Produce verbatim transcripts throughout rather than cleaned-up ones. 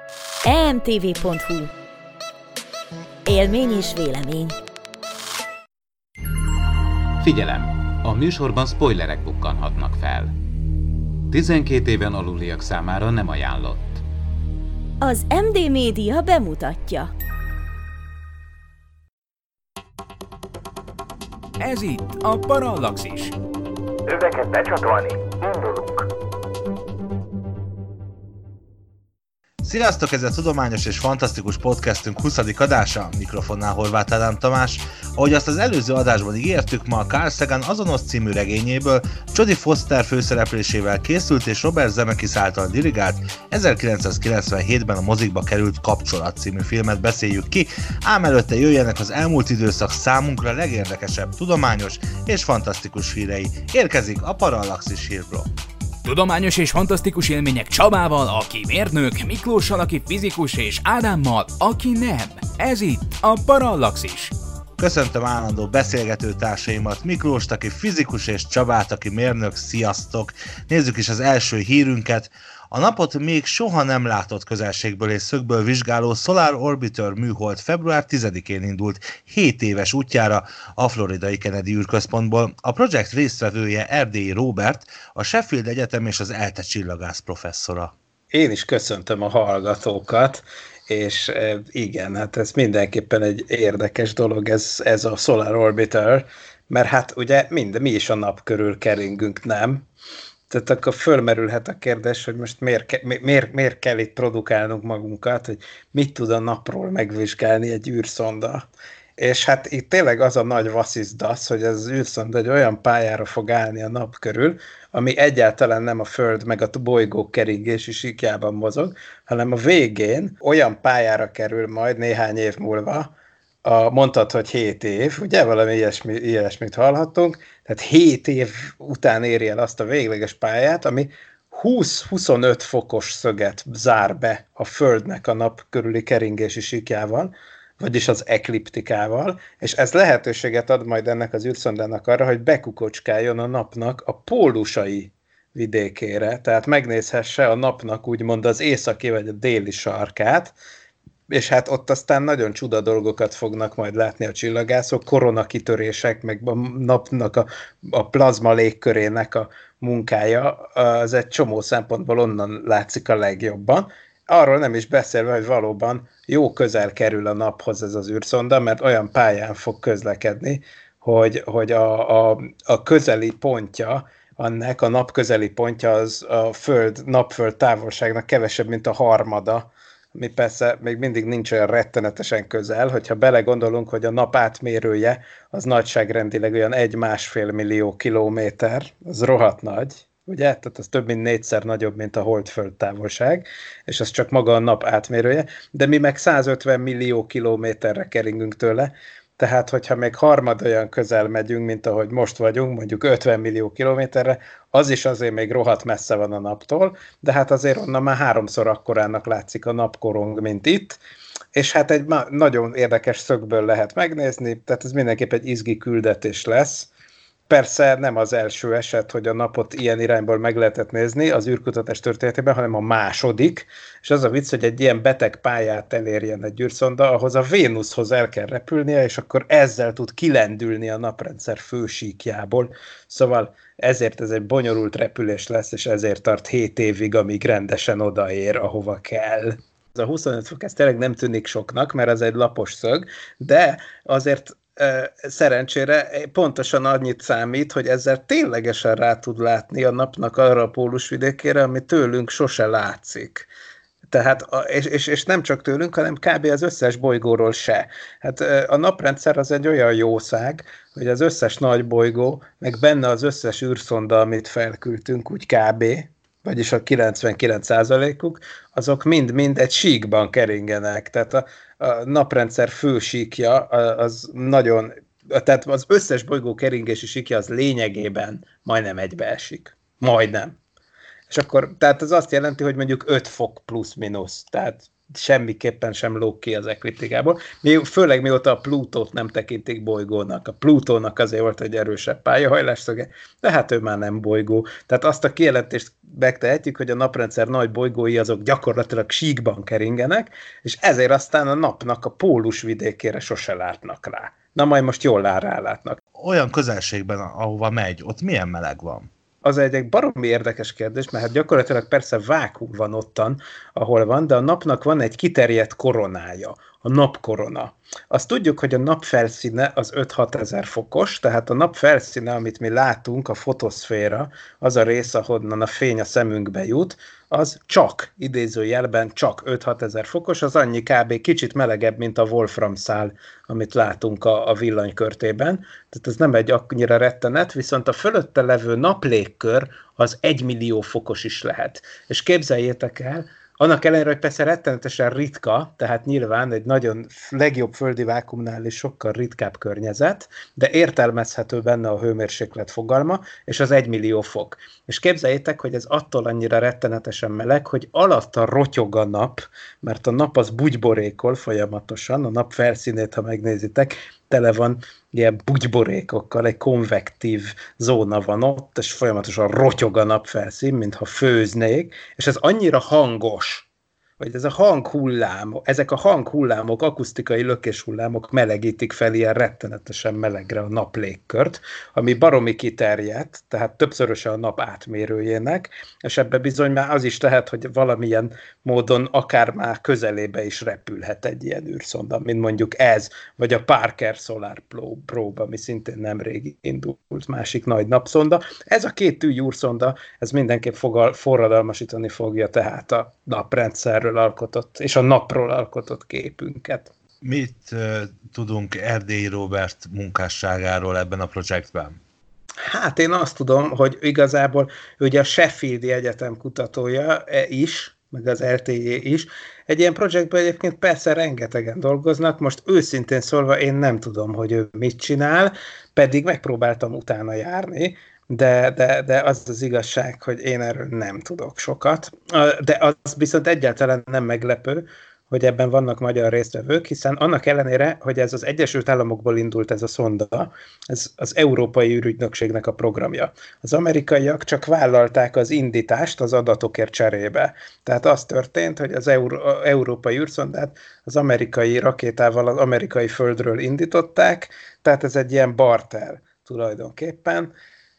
e em té vé pont hú. Élmény és vélemény. Figyelem! A műsorban spoilerek bukkanhatnak fel. tizenkét éven aluliak számára nem ajánlott. Az em dé Média bemutatja. Ez itt a Parallaxis. Öveket becsatolni, indulunk! Sziasztok, ez a tudományos és fantasztikus podcastünk huszadik adása, mikrofonnál Horváth Ádám Tamás. Ahogy azt az előző adásban ígértük, ma a Carl Sagan Azonosz című regényéből Jodie Foster főszereplésével készült és Robert Zemeckis által dirigált ezerkilencszázkilencvenhétben a mozikba került Kapcsolat című filmet beszéljük ki, ám előtte jöjjenek az elmúlt időszak számunkra legérdekesebb tudományos és fantasztikus hírei. Érkezik a Parallaxis hírblokk. Tudományos és fantasztikus élmények Csabával, aki mérnök, Miklóssal, aki fizikus, és Ádámmal, aki nem. Ez itt a Parallaxis. Köszöntöm állandó beszélgető társaimat, Miklóst, aki fizikus, és Csabát, aki mérnök. Sziasztok! Nézzük is az első hírünket. A napot még soha nem látott közelségből és szögből vizsgáló Solar Orbiter műhold február tizedikén indult hét éves útjára a floridai Kennedy űrközpontból. A projekt résztvevője Erdélyi Róbert, a Sheffield Egyetem és az ELTE csillagász professzora. Én is köszöntöm a hallgatókat, és igen, hát ez mindenképpen egy érdekes dolog, ez, ez a Solar Orbiter, mert hát ugye mind, mi is a nap körül keringünk, nem? Tehát akkor fölmerülhet a kérdés, hogy most miért, miért, miért kell itt produkálnunk magunkat, hogy mit tud a napról megvizsgálni egy űrszonda. És hát itt tényleg az a nagy vasszizdasz, hogy ez az űrszonda egy olyan pályára fog állni a nap körül, ami egyáltalán nem a Föld meg a bolygók keringési síkjában mozog, hanem a végén olyan pályára kerül majd néhány év múlva, a, mondtad, hogy hét év, ugye valami ilyesmi, ilyesmit hallhattunk, tehát hét év után éri el azt a végleges pályát, ami húsz-huszonöt fokos szöget zár be a Földnek a nap körüli keringési síkjával, vagyis az ekliptikával, és ez lehetőséget ad majd ennek az űrszondának arra, hogy bekukocskáljon a napnak a pólusai vidékére, tehát megnézhesse a napnak úgymond az északi vagy a déli sarkát, és hát ott aztán nagyon csuda dolgokat fognak majd látni a csillagászok, koronakitörések, meg a napnak a, a plazma légkörének a munkája, az egy csomó szempontból onnan látszik a legjobban. Arról nem is beszélve, hogy valóban jó közel kerül a naphoz ez az űrszonda, mert olyan pályán fog közlekedni, hogy, hogy a, a, a közeli pontja, annak a nap közeli pontja az a Föld, napföld távolságnak kevesebb, mint a harmada, ami persze még mindig nincs olyan rettenetesen közel, hogyha belegondolunk, hogy a nap átmérője az nagyságrendileg olyan egy-másfél millió kilométer, az rohadt nagy, ugye? Tehát az több mint négyszer nagyobb, mint a Holdföld távolság, és az csak maga a nap átmérője, de mi meg százötven millió kilométerre keringünk tőle, tehát hogyha még harmad olyan közel megyünk, mint ahogy most vagyunk, mondjuk ötven millió kilométerre, az is azért még rohadt messze van a naptól, de hát azért onnan már háromszor akkorának látszik a napkorong, mint itt, és hát egy nagyon érdekes szögből lehet megnézni, tehát ez mindenképp egy izgi küldetés lesz. Persze nem az első eset, hogy a napot ilyen irányból meg lehetett nézni az űrkutatás történetében, hanem a második, és az a vicc, hogy egy ilyen beteg pályát elérjen egy űrszonda, ahhoz a Vénuszhoz el kell repülnie, és akkor ezzel tud kilendülni a naprendszer fősíkjából. Szóval ezért ez egy bonyolult repülés lesz, és ezért tart hét évig, amíg rendesen odaér, ahova kell. Ez a huszonöt fok, ez tényleg nem tűnik soknak, mert ez egy lapos szög, de azért szerencsére pontosan annyit számít, hogy ezzel ténylegesen rá tud látni a napnak arra a pólusvidékére, ami tőlünk sose látszik. Tehát, és, és, és nem csak tőlünk, hanem kb. Az összes bolygóról se. Hát a naprendszer az egy olyan jószág, hogy az összes nagy bolygó, meg benne az összes űrszonda, amit felküldtünk, úgy kb., vagyis a kilencvenkilenc százalékuk, azok mind-mind egy síkban keringenek. Tehát a, a naprendszer fő síkja az nagyon, tehát az összes bolygó keringési síkja az lényegében majdnem egybeesik. Majdnem. És akkor, tehát ez azt jelenti, hogy mondjuk öt fok plusz-minusz. Tehát semmiképpen sem lóg ki az ekliptikából. Mi, főleg mióta a Plutót nem tekintik bolygónak. A Plutónak azért volt egy erősebb pályahajlásszöge, de hát ő már nem bolygó. Tehát azt a kijelentést megtehetjük, hogy a naprendszer nagy bolygói azok gyakorlatilag síkban keringenek, és ezért aztán a napnak a pólus vidékére sose látnak rá. Na majd most jól rálátnak. Olyan közelségben, ahova megy, ott milyen meleg van? Az egy, egy baromi érdekes kérdés, mert hát gyakorlatilag persze vákuum van ottan, ahol van, de a napnak van egy kiterjedt koronája, a napkorona. Azt tudjuk, hogy a nap felszíne az öt-hat ezer fokos, tehát a nap felszíne, amit mi látunk, a fotoszféra, az a rész, ahonnan a fény a szemünkbe jut, az csak, idézőjelben csak öt-hat ezer fokos, az annyi kb. Kicsit melegebb, mint a Wolfram szál, amit látunk a, a villanykörtében. Tehát ez nem egy annyira rettenet, viszont a fölötte levő naplégkör az egy millió fokos is lehet. És képzeljétek el, annak ellenére, hogy persze rettenetesen ritka, tehát nyilván egy nagyon legjobb földi vákuumnál is sokkal ritkább környezet, de értelmezhető benne a hőmérséklet fogalma, és az egy millió fok. És képzeljétek, hogy ez attól annyira rettenetesen meleg, hogy alatta rotyog a nap, mert a nap az bugyborékol folyamatosan, a nap felszínét, ha megnézitek, tele van ilyen bugyborékokkal, egy konvektív zóna van ott, és folyamatosan rotyog a napfelszín, mintha főznék, és ez annyira hangos, hogy ez a hanghullám, ezek a hanghullámok, akusztikai lökéshullámok melegítik fel ilyen rettenetesen melegre a naplégkört, ami baromi kiterjedt, tehát többszöröse a nap átmérőjének, és ebbe bizony már az is lehet, hogy valamilyen módon akár már közelébe is repülhet egy ilyen űrszonda, mint mondjuk ez, vagy a Parker Solar Probe, ami szintén nemrég indult, másik nagy napszonda. Ez a két űrszonda, ez mindenképp fogal, forradalmasítani fogja tehát a naprendszerről alkotott, és a napról alkotott képünket. Mit uh, tudunk Erdélyi Róbert munkásságáról ebben a projektben? Hát én azt tudom, hogy igazából ugye a Sheffieldi Egyetem kutatója is, meg az er té jé is. Egy ilyen projektben egyébként persze rengetegen dolgoznak, most őszintén szólva én nem tudom, hogy ő mit csinál, pedig megpróbáltam utána járni, De, de, de az az igazság, hogy én erről nem tudok sokat. De az viszont egyáltalán nem meglepő, hogy ebben vannak magyar résztvevők, hiszen annak ellenére, hogy ez az Egyesült Államokból indult ez a szonda, ez az Európai űrügynökségnek a programja. Az amerikaiak csak vállalták az indítást az adatokért cserébe. Tehát az történt, hogy az Euró- Európai űrszondát az amerikai rakétával az amerikai földről indították, tehát ez egy ilyen barter tulajdonképpen,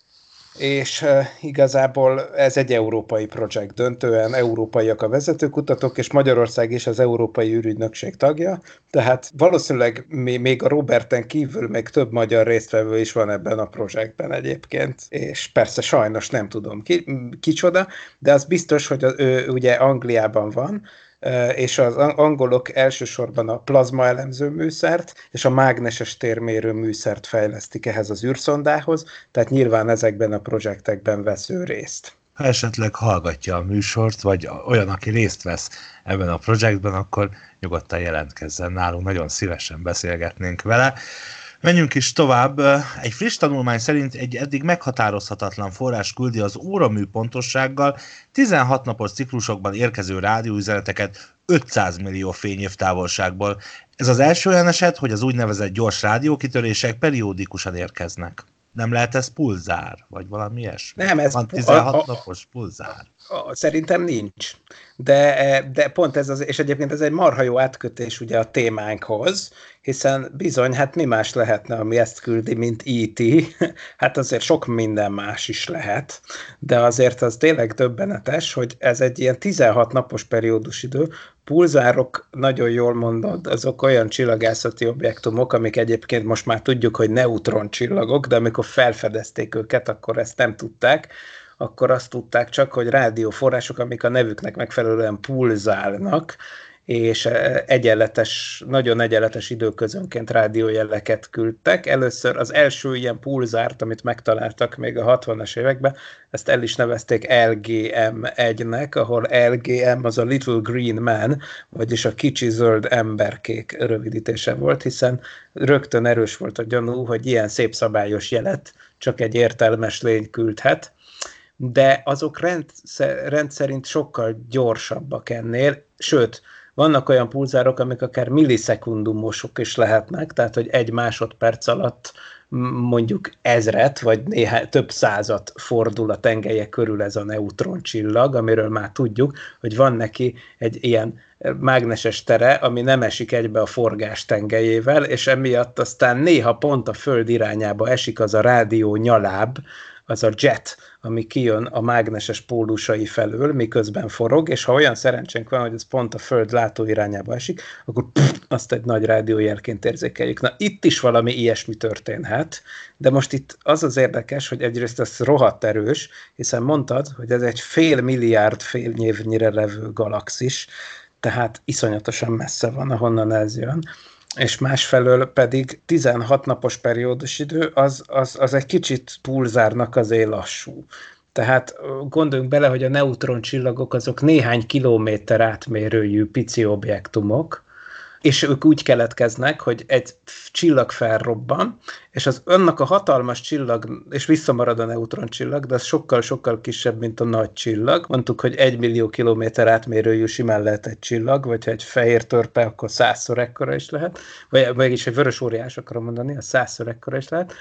és uh, igazából ez egy európai projekt, döntően európaiak a vezetőkutatók, és Magyarország is az Európai űrügynökség tagja, tehát valószínűleg még a Roberten kívül még több magyar résztvevő is van ebben a projektben egyébként, és persze sajnos nem tudom ki, kicsoda, de az biztos, hogy ő ugye Angliában van, és az angolok elsősorban a plazmaelemző műszert és a mágneses térmérő műszert fejlesztik ehhez az űrszondához, tehát nyilván ezekben a projektekben vesz ő részt. Ha esetleg hallgatja a műsort, vagy olyan, aki részt vesz ebben a projektben, akkor nyugodtan jelentkezzen nálunk, nagyon szívesen beszélgetnénk vele. Menjünk is tovább. Egy friss tanulmány szerint egy eddig meghatározhatatlan forrás küldi az óramű pontossággal tizenhat napos ciklusokban érkező rádióüzeneteket ötszáz millió fényév távolságból. Ez az első olyan eset, hogy az úgynevezett gyors rádiókitörések periódikusan érkeznek. Nem lehet ez pulzár, vagy valami ilyesmi? Nem, ez van tizenhat a, a, napos pulzár. A, szerintem nincs. De, de pont ez az, és egyébként ez egy marha jó átkötés ugye a témánkhoz, hiszen bizony, hát mi más lehetne, ami ezt küldi, mint é té, hát azért sok minden más is lehet, de azért az tényleg döbbenetes, hogy ez egy ilyen tizenhat napos periódus idő, pulzárok, nagyon jól mondod, azok olyan csillagászati objektumok, amik egyébként most már tudjuk, hogy neutroncsillagok, de amikor felfedezték őket, akkor ezt nem tudták, akkor azt tudták csak, hogy rádióforrások, amik a nevüknek megfelelően pulzálnak, és egyenletes, nagyon egyenletes időközönként rádiójeleket küldtek. Először az első ilyen pulzárt, amit megtaláltak még a hatvanas években, ezt el is nevezték el gé em egynek, ahol el gé em az a Little Green Man, vagyis a kicsi zöld emberkék rövidítése volt, hiszen rögtön erős volt a gyanú, hogy ilyen szép szabályos jelet csak egy értelmes lény küldhet, de azok rend, rendszerint sokkal gyorsabbak ennél, sőt, vannak olyan pulzárok, amik akár millisekundumosok is lehetnek, tehát hogy egy másodperc alatt mondjuk ezret, vagy néhány, több százat fordul a tengelye körül ez a neutroncsillag, amiről már tudjuk, hogy van neki egy ilyen mágneses tere, ami nem esik egybe a forgás tengelyével, és emiatt aztán néha pont a Föld irányába esik az a rádió nyaláb, az a jet, ami kijön a mágneses pólusai felől, miközben forog, és ha olyan szerencsénk van, hogy ez pont a Föld látóirányába esik, akkor pff, azt egy nagy rádiójelként érzékeljük. Na, itt is valami ilyesmi történhet, de most itt az az érdekes, hogy egyrészt ez rohadt erős, hiszen mondtad, hogy ez egy fél milliárd félnyévnyire levő galaxis, tehát iszonyatosan messze van, ahonnan ez jön, és másfelől pedig tizenhat napos periódus idő, az, az, az egy kicsit pulzárnak azért lassú. Tehát gondoljunk bele, hogy a neutroncsillagok azok néhány kilométer átmérőjű pici objektumok, és ők úgy keletkeznek, hogy egy csillag felrobban, és az önnek a hatalmas csillag, és visszamarad a neutroncsillag, de az sokkal-sokkal kisebb, mint a nagy csillag. Mondtuk, hogy egy millió kilométer átmérőjű simán lehet egy csillag, vagy ha egy fehér törpe, akkor százszor ekkora is lehet, vagy mégis egy vörös óriás akarom mondani, az százszor ekkora is lehet.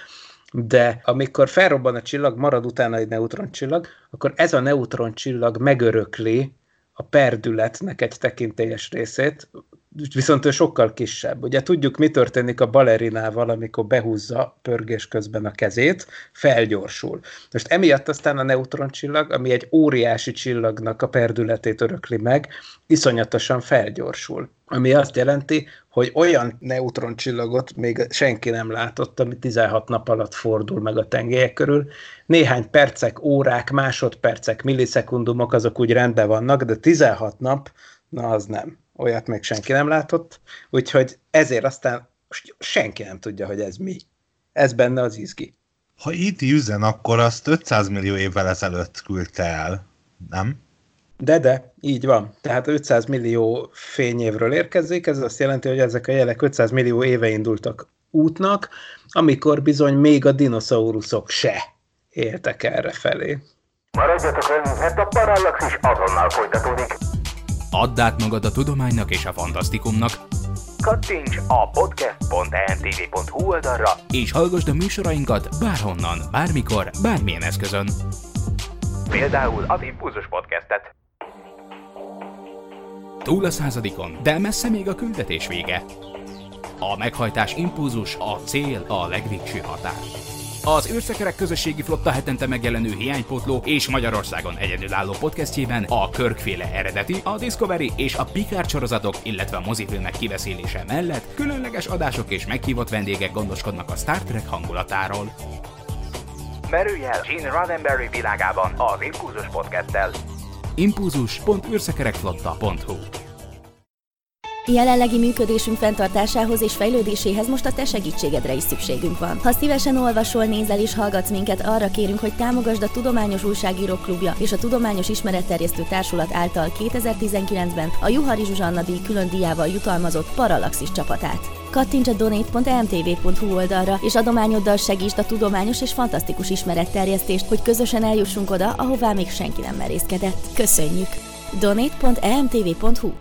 De amikor felrobban a csillag, marad utána egy neutroncsillag, akkor ez a neutroncsillag megörökli a perdületnek egy tekintélyes részét, viszont ő sokkal kisebb. Ugye tudjuk, mi történik a balerinával, amikor behúzza pörgés közben a kezét, felgyorsul. Most emiatt aztán a neutroncsillag, ami egy óriási csillagnak a perdületét örökli meg, iszonyatosan felgyorsul. Ami azt jelenti, hogy olyan neutroncsillagot még senki nem látott, ami tizenhat nap alatt fordul meg a tengelyek körül. Néhány percek, órák, másodpercek, millisekundumok azok úgy rendben vannak, de tizenhat nap, na az nem. Olyat még senki nem látott, úgyhogy ezért aztán senki nem tudja, hogy ez mi. Ez benne az izgi. Ha itt üzen, akkor azt ötszáz millió évvel ezelőtt küldte el, nem? De, de, így van. Tehát ötszáz millió fényévről érkezik, ez azt jelenti, hogy ezek a jelek ötszáz millió éve indultak útnak, amikor bizony még a dinoszauruszok se éltek erre felé. Maradjatok velünk, mert a Parallaxis azonnal folytatódik. Add át magad a tudománynak és a fantasztikumnak, Kattints a podcast pont e m t v pont h u oldalra, és hallgasd a műsorainkat bárhonnan, bármikor, bármilyen eszközön. például az Impulzus Podcastet. Túl a századikon, de messze még a küldetés vége. A meghajtás impulzus, a cél, a legvégső határ. Az űrszekerek közösségi flotta hetente megjelenő hiánypótló és Magyarországon egyedülálló podcastjében a Kirk-féle eredeti, a Discovery és a Picard sorozatok, illetve a mozifilmek kiveszélése mellett különleges adások és meghívott vendégek gondoskodnak a Star Trek hangulatáról. Merülj el Gene Roddenberry világában az Impulzus Podcasttel. impulzus pont űrszekerekflotta pont h u Jelenlegi működésünk fenntartásához és fejlődéséhez most a te segítségedre is szükségünk van. Ha szívesen olvasol, nézel és hallgatsz minket, arra kérünk, hogy támogasd a Tudományos Újságírók Klubja és a Tudományos Ismeretterjesztő Társulat által kétezer-tizenkilencben a Juhari Zsuzsanna díj külön díjával jutalmazott Parallaxis csapatát. Kattints a donate pont e m t v pont h u oldalra, és adományoddal segítsd a tudományos és fantasztikus ismeretterjesztést, hogy közösen eljussunk oda, ahová még senki nem merészkedett. Köszönjük! donate pont e m t v pont h u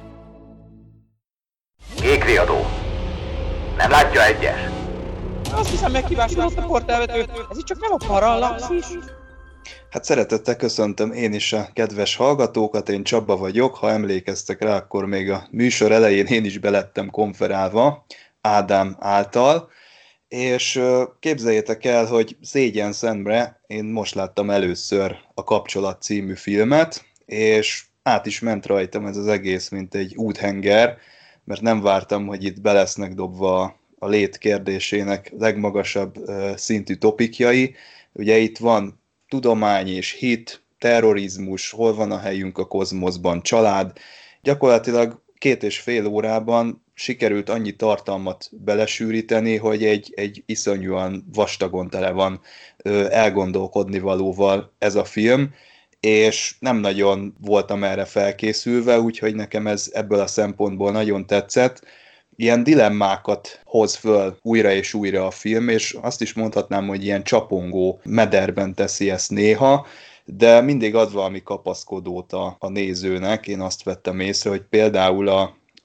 Kékriadó. Nem látja egyes? Azt hiszem, meghívásodott a portálvető. Ez itt csak nem a Parallaxis. Hát szeretettel köszöntöm én is a kedves hallgatókat, én Csaba vagyok, ha emlékeztek rá, akkor még a műsor elején én is belettem konferálva Ádám által, és képzeljétek el, hogy szégyen szemre én most láttam először a Kapcsolat című filmet, és át is ment rajtam ez az egész, mint egy úthenger, mert nem vártam, hogy itt be lesznek dobva a lét kérdésének legmagasabb uh, szintű topikjai. Ugye itt van tudomány és hit, terrorizmus, hol van a helyünk a kozmoszban, család. Gyakorlatilag két és fél órában sikerült annyi tartalmat belesűríteni, hogy egy, egy iszonyúan vastagon tele van uh, elgondolkodni valóval ez a film, és nem nagyon voltam erre felkészülve, úgyhogy nekem ez ebből a szempontból nagyon tetszett. Ilyen dilemmákat hoz föl újra és újra a film, és azt is mondhatnám, hogy ilyen csapongó mederben teszi ezt néha, de mindig ad valami kapaszkodót a, a nézőnek. Én azt vettem észre, hogy például a,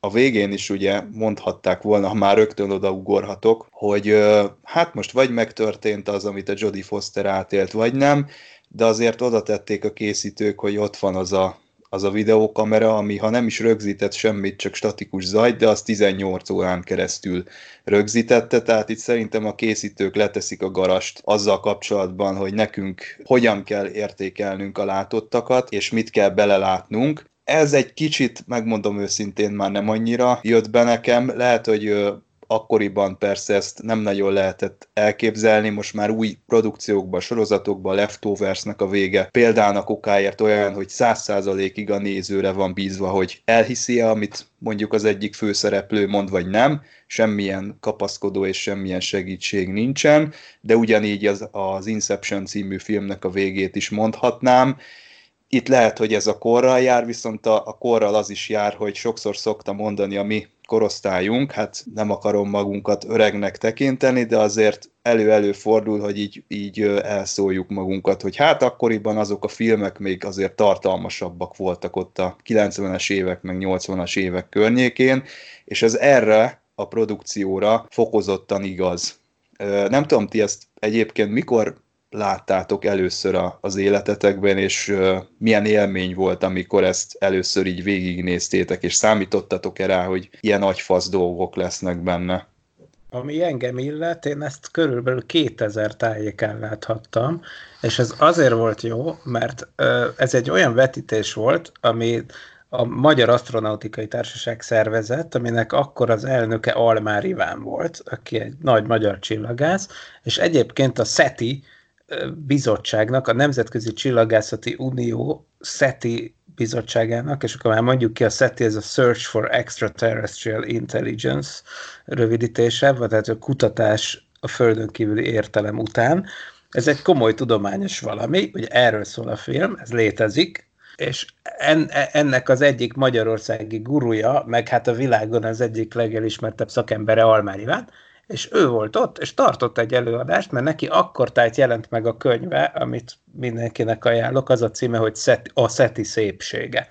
a végén is ugye mondhatták volna, ha már rögtön odaugorhatok, hogy hát most vagy megtörtént az, amit a Jodie Foster átélt, vagy nem, de azért oda tették a készítők, hogy ott van az a, az a videókamera, ami ha nem is rögzített semmit, csak statikus zajt, de az tizennyolc órán keresztül rögzítette, tehát itt szerintem a készítők leteszik a garast azzal kapcsolatban, hogy nekünk hogyan kell értékelnünk a látottakat, és mit kell belelátnunk. Ez egy kicsit, megmondom őszintén, már nem annyira jött be nekem. Lehet, hogy akkoriban persze ezt nem nagyon lehetett elképzelni, most már új produkciókban, sorozatokban, Leftoversnek a vége példának okáért olyan, hogy száz százalékig a nézőre van bízva, hogy elhiszi-e, amit mondjuk az egyik főszereplő mond, vagy nem, semmilyen kapaszkodó és semmilyen segítség nincsen, de ugyanígy az, az Inception című filmnek a végét is mondhatnám. Itt lehet, hogy ez a korral jár, viszont a, a korral az is jár, hogy sokszor szokta mondani a mi korosztályunk, hát nem akarom magunkat öregnek tekinteni, de azért elő-elő fordul, hogy így, így elszóljuk magunkat, hogy hát akkoriban azok a filmek még azért tartalmasabbak voltak ott a kilencvenes évek, meg nyolcvanas évek környékén, és ez erre a produkcióra fokozottan igaz. Nem tudom, ti ezt egyébként mikor láttátok először a, az életetekben, és uh, milyen élmény volt, amikor ezt először így végignéztétek, és számítottatok-e rá, hogy ilyen agyfasz dolgok lesznek benne? Ami engem illet, én ezt körülbelül kétezer tájékán láthattam, és ez azért volt jó, mert uh, ez egy olyan vetítés volt, ami a Magyar Asztronautikai Társaság szervezett, aminek akkor az elnöke Almár Iván volt, aki egy nagy magyar csillagász, és egyébként a SETI bizottságnak, a Nemzetközi Csillagászati Unió SETI bizottságának, és akkor már mondjuk ki, a SETI, ez a Search for Extraterrestrial Intelligence rövidítése, vagy tehát a kutatás a földön kívüli értelem után. Ez egy komoly tudományos valami, ugye erről szól a film, ez létezik, és en, ennek az egyik magyarországi guruja, meg hát a világon az egyik legelismertebb szakembere Almár Iván, és ő volt ott, és tartott egy előadást, mert neki akkor tájt jelent meg a könyve, amit mindenkinek ajánlok, az a címe, hogy a SETI szépsége.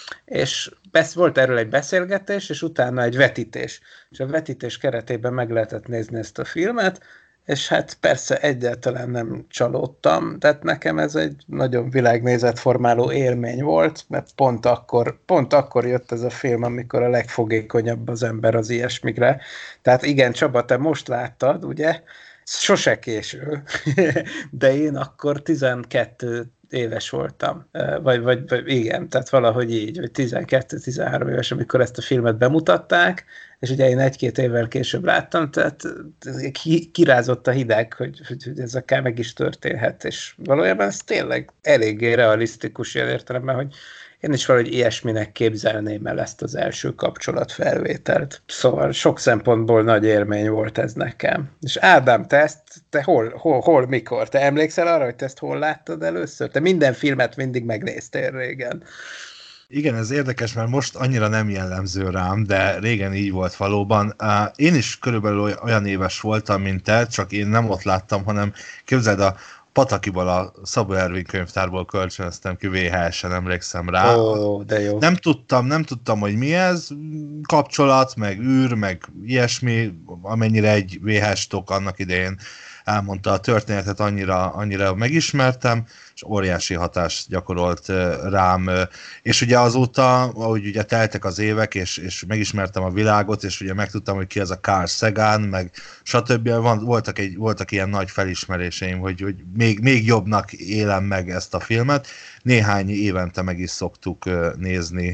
És volt erről egy beszélgetés, és utána egy vetítés. És a vetítés keretében meg lehetett nézni ezt a filmet, és hát persze egyáltalán nem csalódtam, tehát nekem ez egy nagyon világnézetformáló élmény volt, mert pont akkor, pont akkor jött ez a film, amikor a legfogékonyabb az ember az ilyesmikre. Tehát igen, Csaba, te most láttad, ugye? Sose késő, de én akkor tizenkettő éves voltam, vagy, vagy, vagy igen, tehát valahogy így, vagy tizenkettő-tizenhárom éves, amikor ezt a filmet bemutatták, és ugye én egy-két évvel később láttam, tehát kirázott a hideg, hogy, hogy ez akár meg is történhet, és valójában ez tényleg eléggé realisztikus ilyen értelemben, hogy én is valahogy ilyesminek képzelném el ezt az első kapcsolatfelvételt. Szóval sok szempontból nagy élmény volt ez nekem. És Ádám, te ezt, te hol, hol, hol, mikor? Te emlékszel arra, hogy te ezt hol láttad először? Te minden filmet mindig megnéztél régen. Igen, ez érdekes, mert most annyira nem jellemző rám, de régen így volt valóban. Én is körülbelül olyan éves voltam, mint te, csak én nem ott láttam, hanem képzeld, a Patakiból, a Szabó Ervin könyvtárból kölcsönöztem ki vé há es-en, emlékszem rá. Ó, de jó. Nem tudtam, nem tudtam, hogy mi ez, kapcsolat, meg űr, meg ilyesmi, amennyire egy vé há es-tok annak idején elmondta a történetet, annyira, annyira megismertem, és óriási hatást gyakorolt rám. És ugye azóta, ahogy ugye teltek az évek, és, és megismertem a világot, és ugye megtudtam, hogy ki az a Carl Sagan, meg stb. Van, voltak, egy, voltak ilyen nagy felismeréseim, hogy, hogy még, még jobbnak élem meg ezt a filmet. Néhány évente meg is szoktuk nézni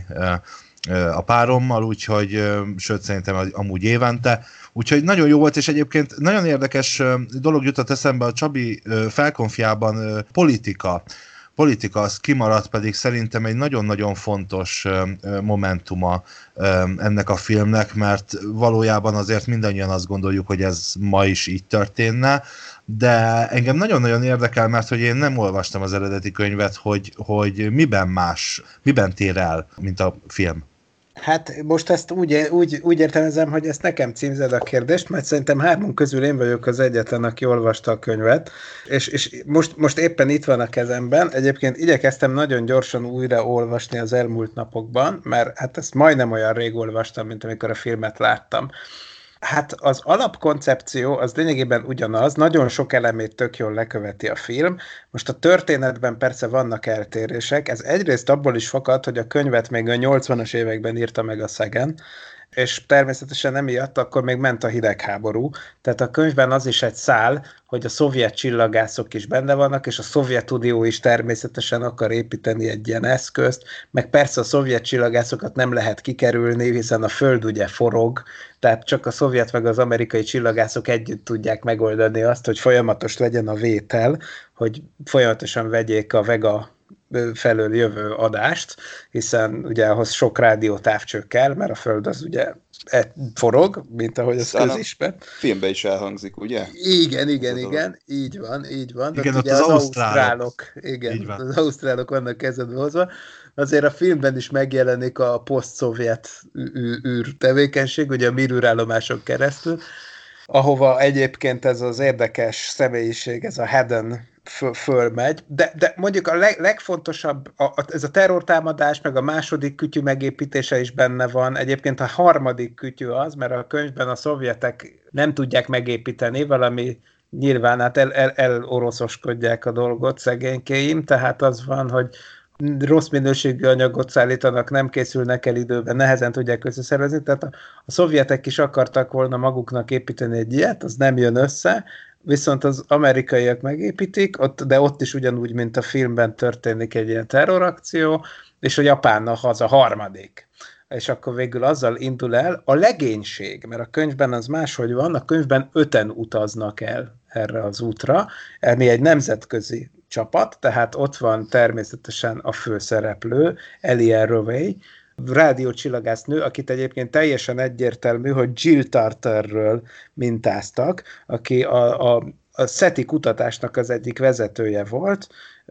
a párommal, úgyhogy, sőt szerintem amúgy évente, úgyhogy nagyon jó volt, és egyébként nagyon érdekes dolog jutott eszembe a Csabi felkonfjában, politika. Politika az kimaradt, pedig szerintem egy nagyon-nagyon fontos momentuma ennek a filmnek, mert valójában azért mindannyian azt gondoljuk, hogy ez ma is így történne, de engem nagyon-nagyon érdekel, mert hogy én nem olvastam az eredeti könyvet, hogy, hogy miben más, miben tér el, mint a film. Hát most ezt úgy, úgy, úgy értelmezem, hogy ezt nekem címzed a kérdést, mert szerintem hármunk közül én vagyok az egyetlen, aki olvasta a könyvet, és, és most, most éppen itt van a kezemben. Egyébként igyekeztem nagyon gyorsan újra olvasni az elmúlt napokban, mert hát ezt majdnem olyan rég olvastam, mint amikor a filmet láttam. Hát az alapkoncepció az lényegében ugyanaz, nagyon sok elemét tök jól leköveti a film. Most a történetben persze vannak eltérések, ez egyrészt abból is fakad, hogy a könyvet még a nyolcvanas években írta meg a Sagan, és természetesen emiatt akkor még ment a hidegháború. Tehát a könyvben az is egy szál, hogy a szovjet csillagászok is benne vannak, és a Szovjetunió is természetesen akar építeni egy ilyen eszközt, meg persze a szovjet csillagászokat nem lehet kikerülni, hiszen a Föld ugye forog, tehát csak a szovjet meg az amerikai csillagászok együtt tudják megoldani azt, hogy folyamatos legyen a vétel, hogy folyamatosan vegyék a Vega felől jövő adást, hiszen ugye ahhoz sok rádiótávcső kell, mert a Föld az ugye forog, mint ahogy az közismert. Filmben is elhangzik, ugye? Igen, igen, igen, így van, így van. Igen, ott ugye az, az ausztrálok. Igen, az ausztrálok vannak kezedbe hozva. Azért a filmben is megjelenik a poszt-szovjet űr tevékenység, ugye a mirűrállomáson keresztül, ahova egyébként ez az érdekes személyiség, ez a Haddon fölmegy, de, de mondjuk a leg, legfontosabb, a, a, ez a terrortámadás, meg a második kütyű megépítése is benne van. Egyébként a harmadik kütyű az, mert a könyvben a szovjetek nem tudják megépíteni, valami nyilván hát el, el, eloroszoskodják a dolgot szegénykéim, tehát az van, hogy rossz minőségű anyagot szállítanak, nem készülnek el időben, nehezen tudják összeszervezni, tehát a, a szovjetek is akartak volna maguknak építeni egy ilyet, az nem jön össze, viszont az amerikaiak megépítik, ott, de ott is ugyanúgy, mint a filmben történik egy ilyen terrorakció, és a Japánnak az a harmadik. És akkor végül azzal indul el a legénység, mert a könyvben az máshogy van, a könyvben öten utaznak el erre az útra, ami egy nemzetközi csapat, tehát ott van természetesen a főszereplő, Ellie Arroway, rádiócsillagásznő, akit egyébként teljesen egyértelmű, hogy Jill Tarterről mintáztak, aki a, a, a SETI kutatásnak az egyik vezetője volt,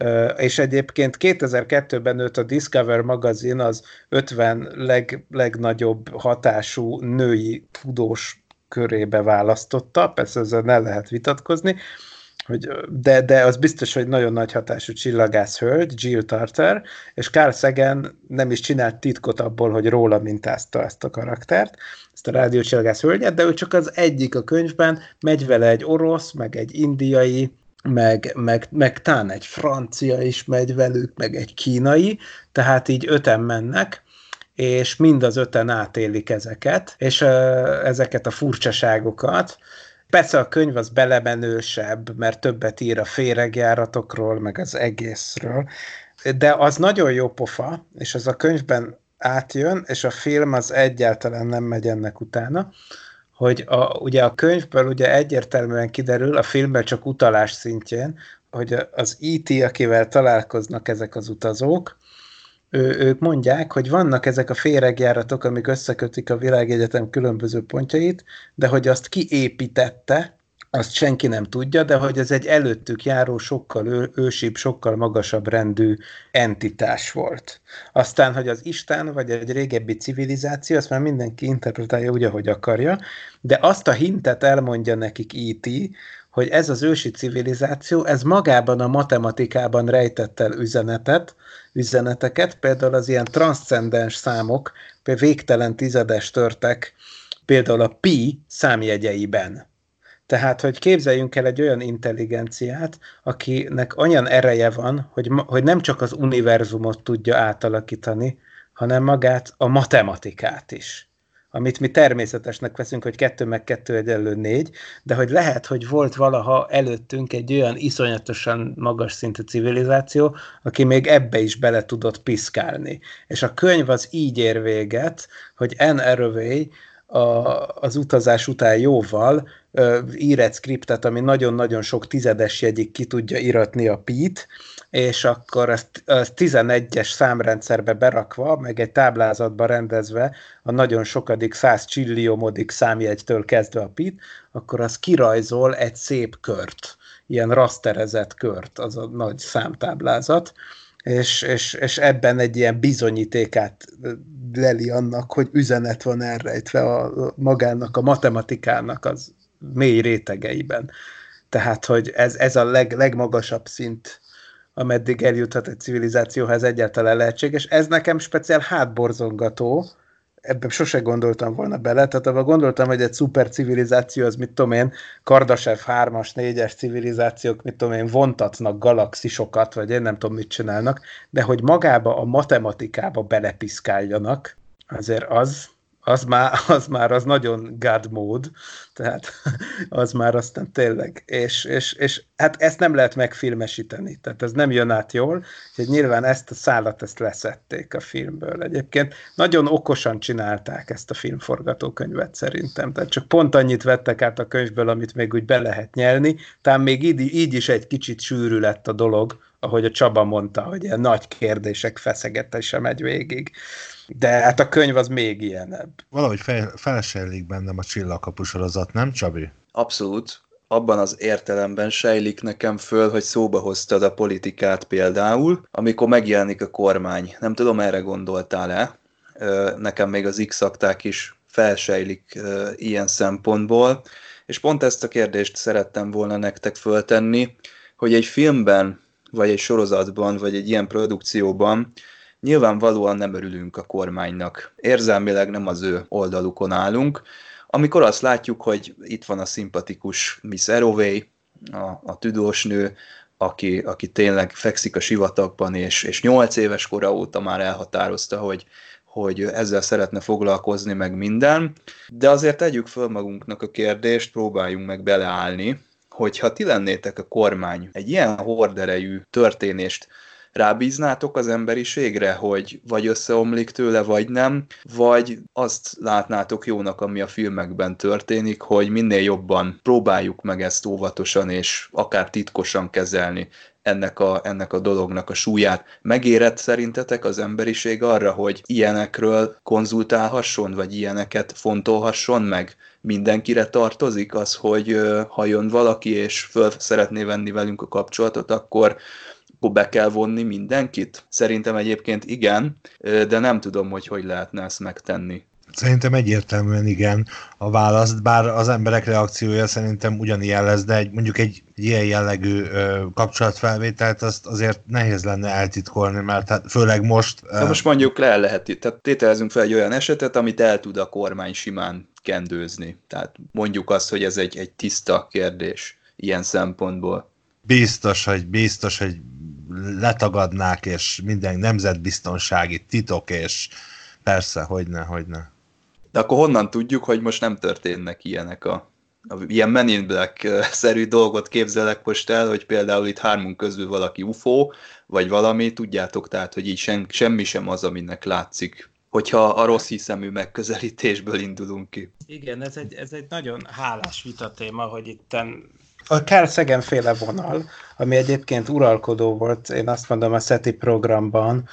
és egyébként kétezer-kettőben őt a Discover magazin az ötven leg, legnagyobb hatású női tudós körébe választotta, persze ezzel ne lehet vitatkozni, hogy, de, de az biztos, hogy nagyon nagy hatású csillagász hölgy, Jill Tarter, és Carl Sagan nem is csinált titkot abból, hogy róla mintázta ezt a karaktert, ezt a rádiócsillagász hölgyet, de ő csak az egyik a könyvben, megy vele egy orosz, meg egy indiai, meg, meg, meg talán egy francia is megy velük, meg egy kínai, tehát így öten mennek, és mind az öten átélik ezeket, és uh, ezeket a furcsaságokat. Persze a könyv az belemenősebb, mert többet ír a féregjáratokról, meg az egészről, de az nagyon jó pofa, és az a könyvben átjön, és a film az egyáltalán nem megy ennek utána, hogy a, ugye a könyvből ugye egyértelműen kiderül, a filmben csak utalás szintjén, hogy az é té, akivel találkoznak ezek az utazók, ő, ők mondják, hogy vannak ezek a féregjáratok, amik összekötik a világegyetem különböző pontjait, de hogy azt kiépítette, azt senki nem tudja, de hogy ez egy előttük járó, sokkal ő, ősibb, sokkal magasabb rendű entitás volt. Aztán, hogy az Isten, vagy egy régebbi civilizáció, azt már mindenki interpretálja úgy, ahogy akarja, de azt a hintet elmondja nekik é té, hogy ez az ősi civilizáció, ez magában a matematikában rejtett el üzenetet, üzeneteket, például az ilyen transzcendens számok, például végtelen tizedes törtek, például a pi számjegyeiben. Tehát, hogy képzeljünk el egy olyan intelligenciát, akinek olyan ereje van, hogy, hogy nem csak az univerzumot tudja átalakítani, hanem magát a matematikát is. Amit mi természetesnek veszünk, hogy kettő meg kettő egyenlő négy, de hogy lehet, hogy volt valaha előttünk egy olyan iszonyatosan magas szintű civilizáció, aki még ebbe is bele tudott piszkálni. És a könyv az így ér véget, hogy Anne Arroway a, az utazás után jóval ö, ír egy skriptet, ami nagyon-nagyon sok tizedes jegyig ki tudja iratni a pít, és akkor azt, azt tizenegyes számrendszerbe berakva, meg egy táblázatba rendezve a nagyon sokadik száz csilliomodik számjegytől kezdve a pit, akkor az kirajzol egy szép kört, ilyen rasterezett kört, az a nagy számtáblázat, és, és, és ebben egy ilyen bizonyítékát leli annak, hogy üzenet van elrejtve a, magának, a matematikának az mély rétegeiben. Tehát, hogy ez, ez a leg, legmagasabb szint, ameddig eljuthat egy civilizáció, ha ez egyáltalán lehetséges. Ez nekem speciál hátborzongató, ebben sose gondoltam volna bele, tehát abban gondoltam, hogy egy szuper civilizáció, az mit tudom én, Kardashev hármas, négyes civilizációk, mit tudom én, vontatnak galaxisokat, vagy én nem tudom, mit csinálnak, de hogy magába a matematikába belepiszkáljanak, azért az, az már, az már az nagyon God mode, tehát az már aztán tényleg, és, és, és hát ezt nem lehet megfilmesíteni, tehát ez nem jön át jól, úgyhogy nyilván ezt a szálat, ezt leszették a filmből egyébként. Nagyon okosan csinálták ezt a filmforgatókönyvet szerintem, tehát csak pont annyit vettek át a könyvből, amit még úgy be lehet nyelni, talán még így, így is egy kicsit sűrű lett a dolog, ahogy a Csaba mondta, hogy ilyen nagy kérdések feszegetése megy végig. De hát a könyv az még ilyenebb. Valahogy fel, felesejlik bennem a Csillagkapu sorozat, nem Csabi? Abszolút. Abban az értelemben sejlik nekem föl, hogy szóba hoztad a politikát például, amikor megjelenik a kormány. Nem tudom, erre gondoltál-e? Nekem még az X-akták is felsejlik ilyen szempontból. És pont ezt a kérdést szerettem volna nektek föltenni, hogy egy filmben, vagy egy sorozatban, vagy egy ilyen produkcióban nyilvánvalóan nem örülünk a kormánynak. Érzelmileg nem az ő oldalukon állunk. Amikor azt látjuk, hogy itt van a szimpatikus Miss Arroway, a, a tudós nő, aki, aki tényleg fekszik a sivatagban, és, és nyolc éves kora óta már elhatározta, hogy, hogy ezzel szeretne foglalkozni, meg minden. De azért tegyük föl magunknak a kérdést, próbáljunk meg beleállni, hogyha ti lennétek a kormány, egy ilyen horderejű történést rábíznátok az emberiségre, hogy vagy összeomlik tőle, vagy nem, vagy azt látnátok jónak, ami a filmekben történik, hogy minél jobban próbáljuk meg ezt óvatosan és akár titkosan kezelni ennek a, ennek a dolognak a súlyát. Megérett szerintetek az emberiség arra, hogy ilyenekről konzultálhasson, vagy ilyeneket fontolhasson meg? Mindenkire tartozik az, hogy ha jön valaki és föl szeretné venni velünk a kapcsolatot, akkor be kell vonni mindenkit? Szerintem egyébként igen, de nem tudom, hogy hogy lehetne ezt megtenni. Szerintem egyértelműen igen a választ, bár az emberek reakciója szerintem ugyanilyen lesz, de egy, mondjuk egy ilyen jellegű ö, kapcsolatfelvételt azt azért nehéz lenne eltitkolni, mert hát főleg most... Ö... De most mondjuk le lehet, tehát tételezünk fel egy olyan esetet, amit el tud a kormány simán kendőzni. Tehát mondjuk azt, hogy ez egy, egy tiszta kérdés ilyen szempontból. Biztos, hogy biztos, hogy letagadnák, és minden nemzetbiztonsági titok, és persze, hogyne, hogyne. De akkor honnan tudjuk, hogy most nem történnek ilyenek a, a ilyen Men in Black-szerű dolgot képzelek most el, hogy például itt hármunk közül valaki ufó, vagy valami, tudjátok, tehát, hogy így sem, semmi sem az, aminek látszik, hogyha a rossz hiszemű megközelítésből indulunk ki. Igen, ez egy, ez egy nagyon hálás vitatéma, hogy itten a Carl Sagan féle vonal, ami egyébként uralkodó volt, én azt mondom, a SETI programban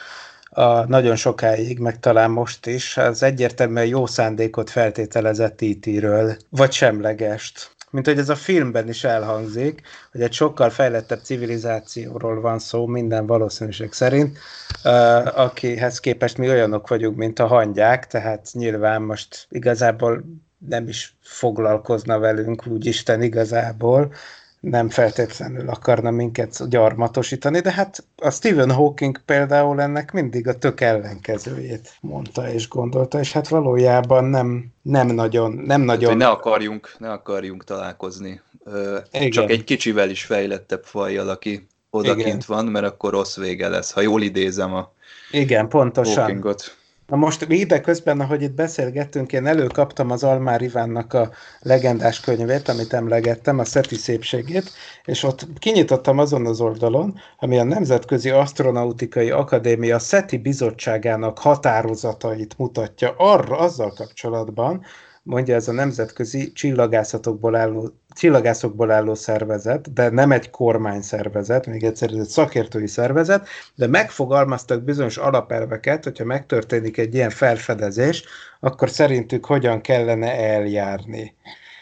a nagyon sokáig, meg talán most is, az egyértelműen jó szándékot feltételezett í té-ről, vagy semlegest. Mint hogy ez a filmben is elhangzik, hogy egy sokkal fejlettebb civilizációról van szó, minden valószínűség szerint, uh, akihez képest mi olyanok vagyunk, mint a hangyák, tehát nyilván most igazából nem is foglalkozna velünk, úgy Isten igazából, nem feltétlenül akarna minket gyarmatosítani, de hát a Stephen Hawking például ennek mindig a tök ellenkezőjét mondta és gondolta, és hát valójában nem, nem nagyon... Nem nagyon... Hát, ne akarjunk, ne akarjunk találkozni. Igen. Csak egy kicsivel is fejlettebb fajjal, aki odakint Igen. van, mert akkor rossz vége lesz, ha jól idézem a Igen, pontosan. Hawkingot. Na most ide közben, ahogy itt beszélgettünk, én előkaptam az Almár Ivánnak a legendás könyvét, amit emlegettem, a SETI szépségét, és ott kinyitottam azon az oldalon, ami a Nemzetközi Asztronautikai Akadémia SETI bizottságának határozatait mutatja arra, azzal kapcsolatban, mondja ez a nemzetközi csillagászatokból álló, csillagászokból álló szervezet, de nem egy kormányszervezet, még egyszer ez egy szakértői szervezet, de megfogalmaztak bizonyos alapelveket, hogyha megtörténik egy ilyen felfedezés, akkor szerintük hogyan kellene eljárni.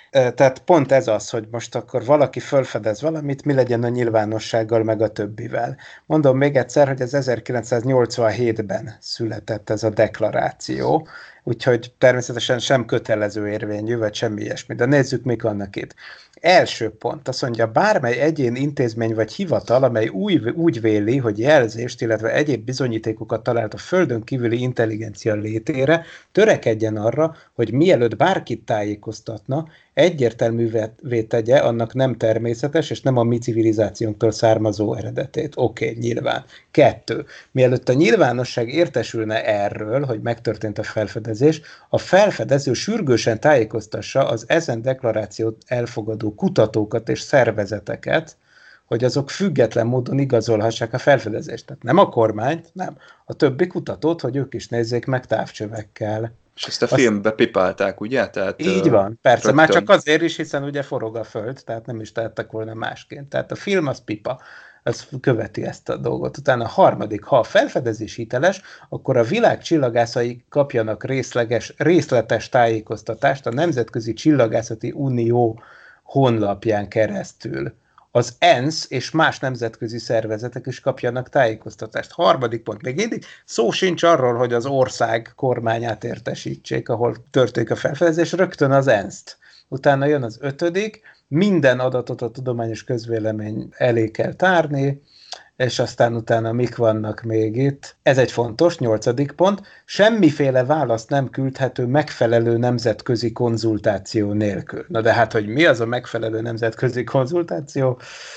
Tehát pont ez az, hogy most akkor valaki felfedez valamit, mi legyen a nyilvánossággal, meg a többivel. Mondom még egyszer, hogy ez ezerkilencszáznyolcvanhétben született ez a deklaráció, úgyhogy természetesen sem kötelező érvényű, vagy semmi ilyesmi. De nézzük, mik vannak itt. Első pont, azt mondja, bármely egyén, intézmény vagy hivatal, amely új, úgy véli, hogy jelzést, illetve egyéb bizonyítékokat talált a földön kívüli intelligencia létére, törekedjen arra, hogy mielőtt bárkit tájékoztatna, egyértelművé tegye annak nem természetes és nem a mi civilizációnktól származó eredetét. Oké, okay, nyilván. Kettő. Mielőtt a nyilvánosság értesülne erről, hogy megtörtént a felfedezés, a felfedező sürgősen tájékoztassa az ezen deklarációt elfogadó kutatókat és szervezeteket, hogy azok független módon igazolhassák a felfedezést. Tehát nem a kormányt, nem. A többi kutatót, hogy ők is nézzék meg távcsövekkel. És ezt a filmbe pipálták, ugye? Tehát, így van, persze, rögtön... már csak azért is, hiszen ugye forog a föld, tehát nem is tehettek volna másként. Tehát a film az pipa, az követi ezt a dolgot. Utána a harmadik, ha a felfedezés hiteles, akkor a világ csillagászai kapjanak részleges, részletes tájékoztatást a Nemzetközi Csillagászati Unió honlapján keresztül. Az ENSZ és más nemzetközi szervezetek is kapjanak tájékoztatást. Harmadik pont, még mindig szó sincs arról, hogy az ország kormányát értesítsék, ahol történik a felfedezés, rögtön az ENSZ-t. Utána jön az ötödik, minden adatot a tudományos közvélemény elé kell tárni, és aztán utána mik vannak még itt. Ez egy fontos, nyolcadik pont, semmiféle választ nem küldhető megfelelő nemzetközi konzultáció nélkül. Na de hát, hogy mi az a megfelelő nemzetközi konzultáció,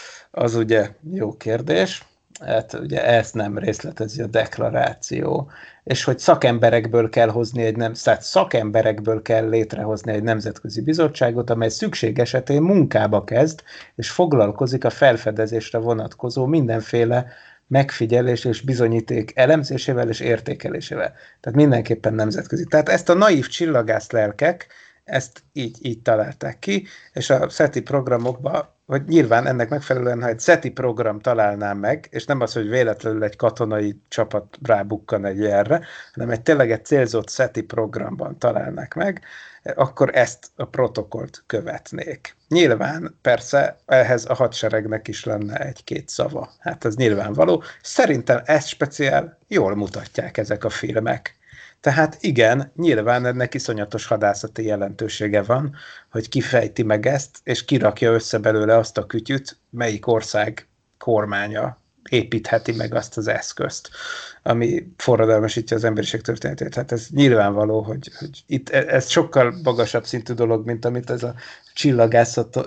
az ugye jó kérdés. Hát ugye ezt nem részletezi a deklaráció. És hogy szakemberekből kell hozni egy nem, tehát szakemberekből kell létrehozni egy nemzetközi bizottságot, amely szükség esetén munkába kezd, és foglalkozik a felfedezésre vonatkozó mindenféle megfigyelés és bizonyíték elemzésével és értékelésével. Tehát mindenképpen nemzetközi. Tehát ezt a naív csillagász lelkek, ezt így, így találták ki, és a SETI programokban, hogy nyilván ennek megfelelően, ha egy SETI program találná meg, és nem az, hogy véletlenül egy katonai csapat rábukkan egy ilyenre, hanem egy tényleg egy célzott SETI programban találnák meg, akkor ezt a protokollt követnék. Nyilván, persze, ehhez a hadseregnek is lenne egy-két szava. Hát ez nyilvánvaló. Szerintem ezt speciál jól mutatják ezek a filmek. Tehát igen, nyilván ennek iszonyatos hadászati jelentősége van, hogy kifejti meg ezt, és kirakja össze belőle azt a kütyüt, melyik ország kormánya építheti meg azt az eszközt, ami forradalmasítja az emberiség történetét. Hát ez nyilvánvaló, hogy, hogy itt ez sokkal magasabb szintű dolog, mint amit ez a csillagászat,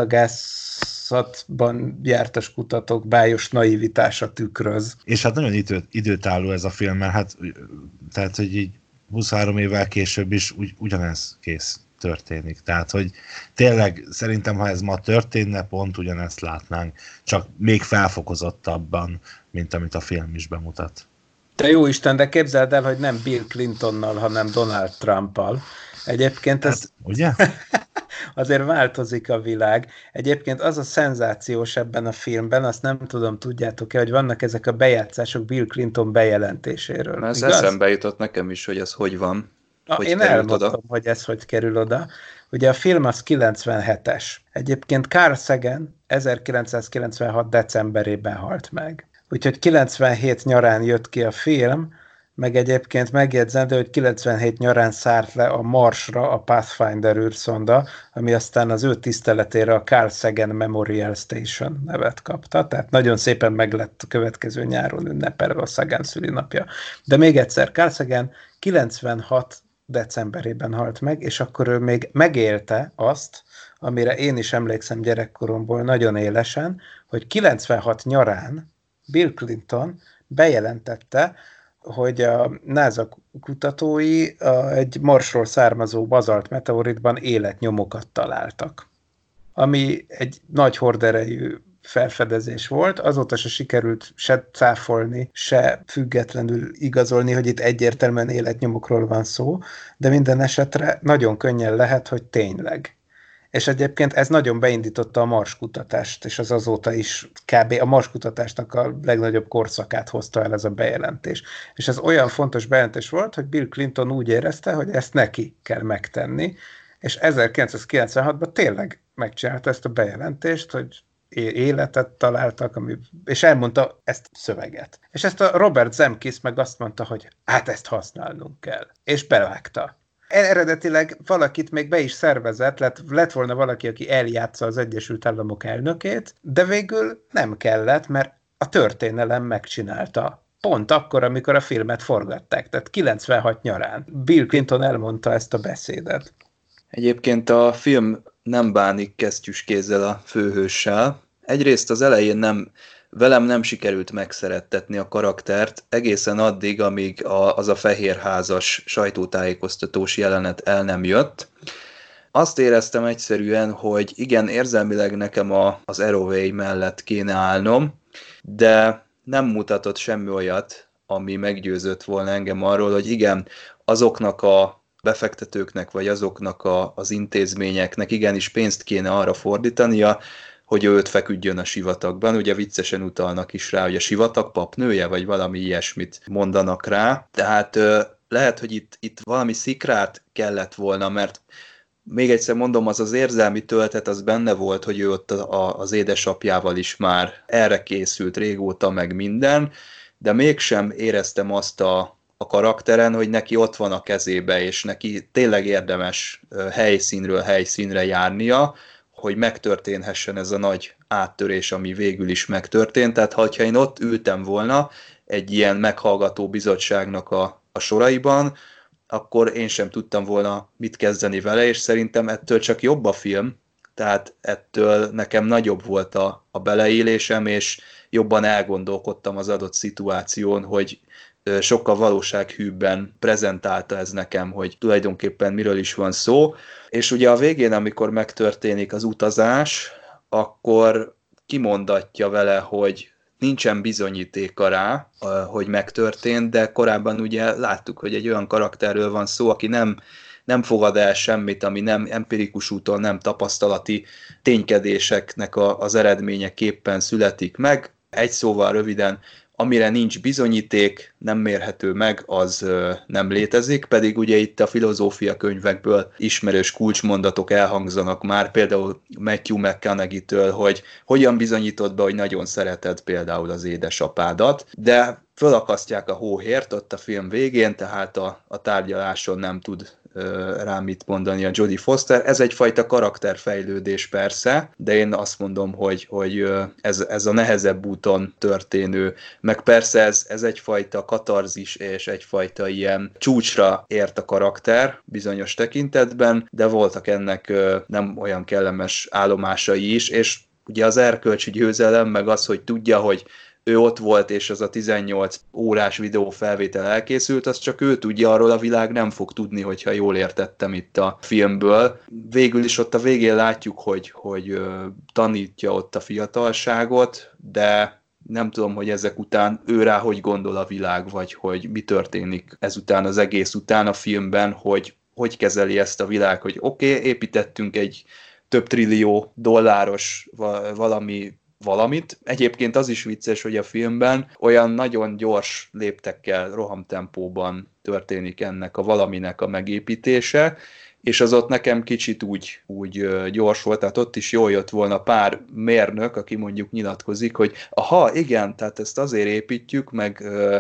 csillagászatban jártas kutatók bájos naivitása tükröz. És hát nagyon idő, időtálló ez a film, mert hát tehát, hogy így huszonhárom évvel később is ugy, ugyanez kész történik. Tehát, hogy tényleg szerintem, ha ez ma történne, pont ugyanezt látnánk, csak még felfokozottabban, mint amit a film is bemutat. Te jó Isten, de képzeld el, hogy nem Bill Clintonnal, hanem Donald Trumpal. Egyébként ez... Hát, ugye? Azért változik a világ. Egyébként az a szenzációs ebben a filmben, azt nem tudom, tudjátok-e, hogy vannak ezek a bejátszások Bill Clinton bejelentéséről. Na, ez eszembe jutott nekem is, hogy ez hogy van. Na, hogy én elmondtam, oda. hogy ez hogy kerül oda. Ugye a film az kilencvenhetes. Egyébként Carl Sagan ezerkilencszázkilencvenhat decemberében halt meg. Úgyhogy kilencvenhét nyarán jött ki a film, meg egyébként megjegyzendő, hogy kilencvenhét nyarán szállt le a Marsra a Pathfinder űrszonda, ami aztán az ő tiszteletére a Carl Sagan Memorial Station nevet kapta, tehát nagyon szépen meglett a következő nyáron ünnepelve a Sagan szülinapja. De még egyszer, Carl Sagan kilencvenhat decemberében halt meg, és akkor ő még megélte azt, amire én is emlékszem gyerekkoromból nagyon élesen, hogy kilencvenhat nyarán Bill Clinton bejelentette, hogy a NASA kutatói a, egy Marsról származó bazalt meteoritban életnyomokat találtak, ami egy nagy horderejű felfedezés volt, azóta se sikerült se cáfolni, se függetlenül igazolni, hogy itt egyértelműen életnyomokról van szó, de minden esetre nagyon könnyen lehet, hogy tényleg. És egyébként ez nagyon beindította a marskutatást, és az azóta is kb. A marskutatásnak a legnagyobb korszakát hozta el ez a bejelentés. És ez olyan fontos bejelentés volt, hogy Bill Clinton úgy érezte, hogy ezt neki kell megtenni, és ezerkilencszázkilencvenhatban tényleg megcsinálta ezt a bejelentést, hogy életet találtak, ami, és elmondta ezt a szöveget. És ezt a Robert Zemeckis meg azt mondta, hogy hát ezt használnunk kell. És bevágta. Eredetileg valakit még be is szervezett, lett, lett volna valaki, aki eljátsza az Egyesült Államok elnökét, de végül nem kellett, mert a történelem megcsinálta. Pont akkor, amikor a filmet forgatták, tehát kilencvenhat nyarán. Bill Clinton elmondta ezt a beszédet. Egyébként a film nem bánik kesztyűs kézzel a főhőssel. Egyrészt az elején nem, velem nem sikerült megszerettetni a karaktert, egészen addig, amíg a, az a fehérházas sajtótájékoztatós jelenet el nem jött. Azt éreztem egyszerűen, hogy igen, érzelmileg nekem a, az Arroway mellett kéne állnom, de nem mutatott semmi olyat, ami meggyőzött volna engem arról, hogy igen, azoknak a befektetőknek, vagy azoknak a, az intézményeknek igenis pénzt kéne arra fordítania, hogy őt feküdjön a sivatagban. Ugye viccesen utalnak is rá, hogy a sivatag papnője, vagy valami ilyesmit mondanak rá. Tehát lehet, hogy itt, itt valami szikrát kellett volna, mert még egyszer mondom, az az érzelmi töltet, az benne volt, hogy ő ott a, az édesapjával is már erre készült régóta, meg minden, de mégsem éreztem azt a, a karakteren, hogy neki ott van a kezébe, és neki tényleg érdemes helyszínről helyszínre járnia, hogy megtörténhessen ez a nagy áttörés, ami végül is megtörtént. Tehát ha én ott ültem volna egy ilyen meghallgató bizottságnak a, a soraiban, akkor én sem tudtam volna mit kezdeni vele, és szerintem ettől csak jobb a film, tehát ettől nekem nagyobb volt a, a beleélésem, és jobban elgondolkodtam az adott szituáción, hogy sokkal valósághűbben prezentálta ez nekem, hogy tulajdonképpen miről is van szó. És ugye a végén, amikor megtörténik az utazás, akkor kimondatja vele, hogy nincsen bizonyítéka rá, hogy megtörtént, de korábban ugye láttuk, hogy egy olyan karakterről van szó, aki nem, nem fogad el semmit, ami nem empirikus úton, nem tapasztalati ténykedéseknek a, az eredményeképpen születik meg. Egy szóval röviden, amire nincs bizonyíték, nem mérhető meg, az ö, nem létezik, pedig ugye itt a filozófia könyvekből ismerős kulcsmondatok elhangzanak már, például Matthew McConaughey-től, hogy hogyan bizonyítod be, hogy nagyon szereted például az édesapádat, de fölakasztják a hóhért ott a film végén, tehát a, a tárgyaláson nem tud rá mit mondani a Jodie Foster. Ez egyfajta karakterfejlődés persze, de én azt mondom, hogy, hogy ez, ez a nehezebb úton történő, meg persze ez, ez egyfajta katarzis és egyfajta ilyen csúcsra ért a karakter bizonyos tekintetben, de voltak ennek nem olyan kellemes állomásai is, és ugye az erkölcsi győzelem, meg az, hogy tudja, hogy ő ott volt, és az a tizennyolc órás videófelvétel elkészült, az csak ő tudja, arról a világ nem fog tudni, hogyha jól értettem itt a filmből. Végül is ott a végén látjuk, hogy, hogy tanítja ott a fiatalságot, de nem tudom, hogy ezek után ő rá hogy gondol a világ, vagy hogy mi történik ezután az egész után a filmben, hogy hogy kezeli ezt a világ, hogy oké, okay, építettünk egy több trillió dolláros valami valamit. Egyébként az is vicces, hogy a filmben olyan nagyon gyors léptekkel, rohamtempóban történik ennek a valaminek a megépítése, és az ott nekem kicsit úgy, úgy gyors volt, tehát ott is jól jött volna pár mérnök, aki mondjuk nyilatkozik, hogy aha, igen, tehát ezt azért építjük, meg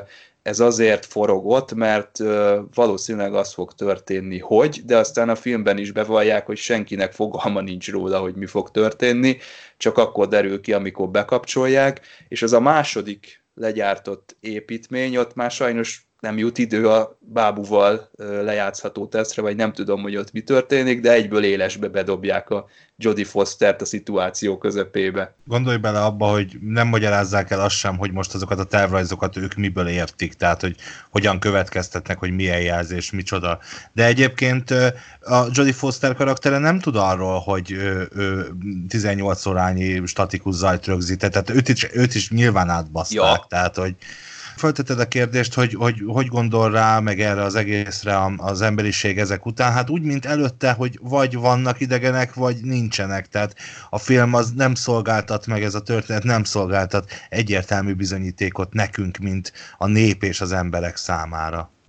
ez azért forogott, mert valószínűleg az fog történni, hogy, de aztán a filmben is bevallják, hogy senkinek fogalma nincs róla, hogy mi fog történni, csak akkor derül ki, amikor bekapcsolják, és az a második legyártott építmény, ott már sajnos nem jut idő a bábúval lejátszható tesztre, vagy nem tudom, hogy ott mi történik, de egyből élesbe bedobják a Jodie Fostert a szituáció közepébe. Gondolj bele abba, hogy nem magyarázzák el azt sem, hogy most azokat a tervrajzokat ők miből értik, tehát hogy hogyan következtetnek, hogy milyen jelzés, micsoda. De egyébként a Jodie Foster karaktere nem tud arról, hogy ő, ő tizennyolc órányi statikus zajt rögzített, tehát őt is, őt is nyilván átbaszták, ja. Tehát hogy fölteted a kérdést, hogy, hogy hogy gondol rá, meg erre az egészre az emberiség ezek után, hát úgy, mint előtte, hogy vagy vannak idegenek, vagy nincsenek, tehát a film az nem szolgáltat meg, ez a történet nem szolgáltat egyértelmű bizonyítékot nekünk, mint a nép és az emberek számára.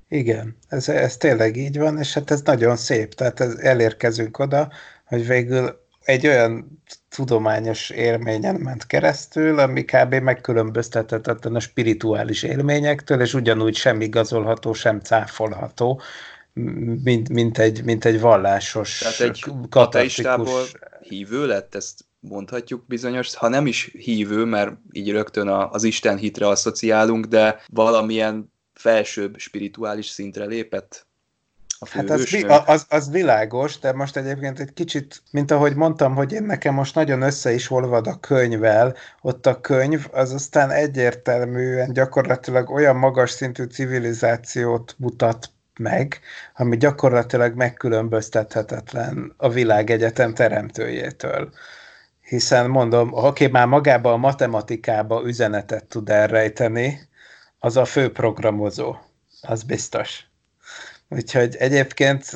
Igen, ez, ez tényleg így van, és hát ez nagyon szép, tehát ez, elérkezünk oda, hogy végül egy olyan tudományos élményen ment keresztül, ami kb. Megkülönböztethetetlen a spirituális élményektől, és ugyanúgy sem igazolható, sem cáfolható, mint, mint, egy, mint egy vallásos, Tehát egy katartikus... ateistából hívő lett, ezt mondhatjuk bizonyos, ha nem is hívő, mert így rögtön az Isten hitre asszociálunk, de valamilyen felsőbb spirituális szintre lépett a főhősnő. Hát az, az, az világos, de most egyébként egy kicsit, mint ahogy mondtam, hogy én nekem most nagyon össze is olvad a könyvvel, ott a könyv az aztán egyértelműen gyakorlatilag olyan magas szintű civilizációt mutat meg, ami gyakorlatilag megkülönböztethetetlen a világegyetem teremtőjétől. Hiszen mondom, aki már magába a matematikába üzenetet tud elrejteni, az a főprogramozó, az biztos. Úgyhogy egyébként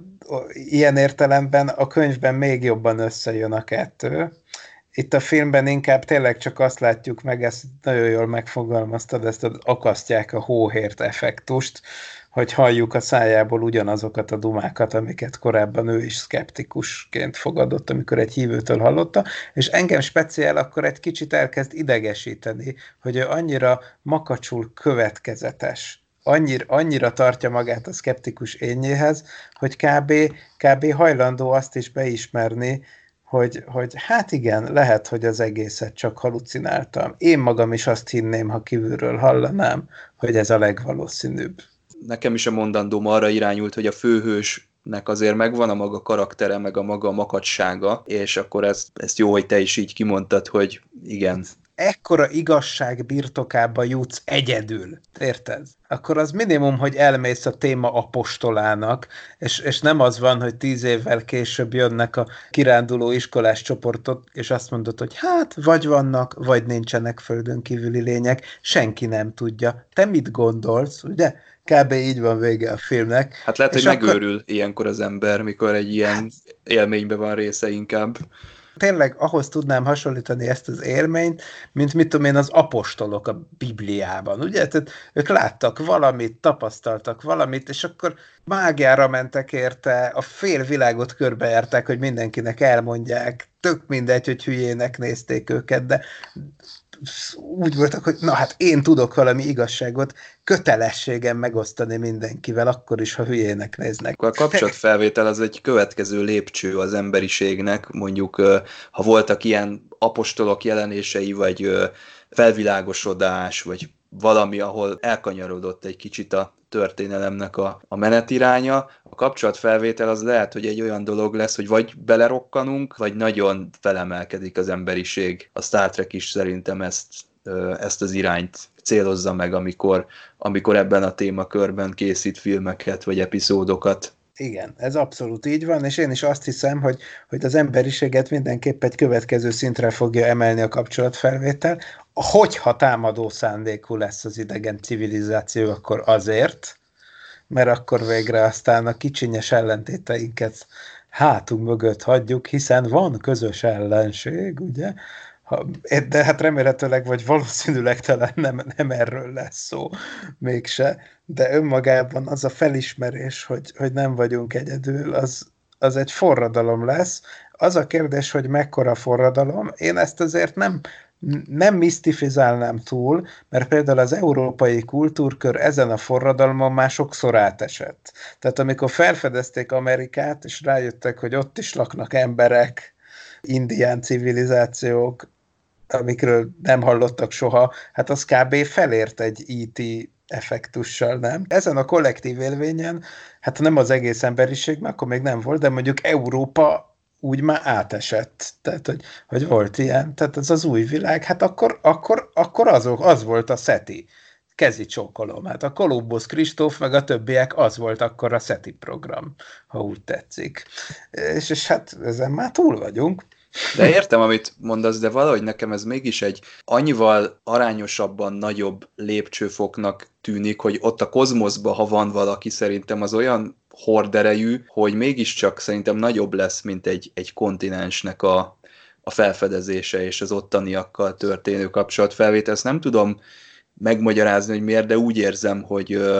ilyen értelemben a könyvben még jobban összejön a kettő. Itt a filmben inkább tényleg csak azt látjuk meg, ezt nagyon jól megfogalmaztad, ezt akasztják a hóhért effektust, hogy halljuk a szájából ugyanazokat a dumákat, amiket korábban ő is szkeptikusként fogadott, amikor egy hívőtől hallotta, és engem speciál akkor egy kicsit elkezd idegesíteni, hogy ő annyira makacsul következetes, annyira, annyira tartja magát a szkeptikus énjéhez, hogy kb. kb. Hajlandó azt is beismerni, hogy, hogy hát igen, lehet, hogy az egészet csak halucináltam. Én magam is azt hinném, ha kívülről hallanám, hogy ez a legvalószínűbb. Nekem is a mondandóm arra irányult, hogy a főhősnek azért megvan a maga karaktere, meg a maga makacsága, és akkor ezt, ezt jó, hogy te is így kimondtad, hogy igen. Ekkora igazság birtokába jutsz egyedül, érted? Akkor az minimum, hogy elmész a téma apostolának, és, és nem az van, hogy tíz évvel később jönnek a kiránduló iskolás csoportot, és azt mondod, hogy hát, vagy vannak, vagy nincsenek földön kívüli lények, senki nem tudja. Te mit gondolsz, ugye? Kb. Így van vége a filmnek. Hát lehet, és hogy akkor... megőrül ilyenkor az ember, mikor egy ilyen hát... élményben van része inkább. Tényleg ahhoz tudnám hasonlítani ezt az élményt, mint mit tudom én, az apostolok a Bibliában, ugye? Tehát ők láttak valamit, tapasztaltak valamit, és akkor mágiára mentek érte, a fél világot körbejárták, hogy mindenkinek elmondják, tök mindegy, hogy hülyének nézték őket, de úgy voltak, hogy na hát én tudok valami igazságot, kötelességem megosztani mindenkivel, akkor is, ha hülyének néznek. A kapcsolatfelvétel az egy következő lépcső az emberiségnek, mondjuk ha voltak ilyen apostolok jelenései, vagy felvilágosodás, vagy valami, ahol elkanyarodott egy kicsit a történelemnek a, a menetiránya, a kapcsolatfelvétel az lehet, hogy egy olyan dolog lesz, hogy vagy belerokkanunk, vagy nagyon felemelkedik az emberiség. A Star Trek is szerintem ezt, ezt az irányt célozza meg, amikor, amikor ebben a témakörben készít filmeket, vagy epizódokat. Igen, ez abszolút így van, és én is azt hiszem, hogy, hogy az emberiséget mindenképp egy következő szintre fogja emelni a kapcsolatfelvétel. Hogyha támadó szándékú lesz az idegen civilizáció, akkor azért, mert akkor végre aztán a kicsinyes ellentéteinket hátunk mögött hagyjuk, hiszen van közös ellenség, ugye? Ha, de hát remélhetőleg, vagy valószínűleg talán nem, nem erről lesz szó mégse, de önmagában az a felismerés, hogy, hogy nem vagyunk egyedül, az, az egy forradalom lesz. Az a kérdés, hogy mekkora forradalom, én ezt azért nem, nem misztifizálnám túl, mert például az európai kultúrkör ezen a forradalmon már sokszor átesett. Tehát amikor felfedezték Amerikát, és rájöttek, hogy ott is laknak emberek, indián civilizációk, amikről nem hallottak soha, hát az kb. Felért egy í té effektussal, nem? Ezen a kollektív élvényen, hát nem az egész emberiség, mert akkor még nem volt, de mondjuk Európa úgy már átesett. Tehát, hogy, hogy volt ilyen, tehát ez az új világ, hát akkor, akkor, akkor az, az volt a SETI. Kezi csókolom. Hát a Kolumbusz Kristóf meg a többiek, az volt akkor a SETI program, ha úgy tetszik. És, és hát ezen már túl vagyunk. De értem, amit mondasz, de valahogy nekem ez mégis egy annyival arányosabban nagyobb lépcsőfoknak tűnik, hogy ott a kozmoszban, ha van valaki, szerintem az olyan horderejű, hogy mégiscsak szerintem nagyobb lesz, mint egy, egy kontinensnek a, a felfedezése és az ottaniakkal történő kapcsolatfelvétel. Ezt nem tudom megmagyarázni, hogy miért, de úgy érzem, hogy,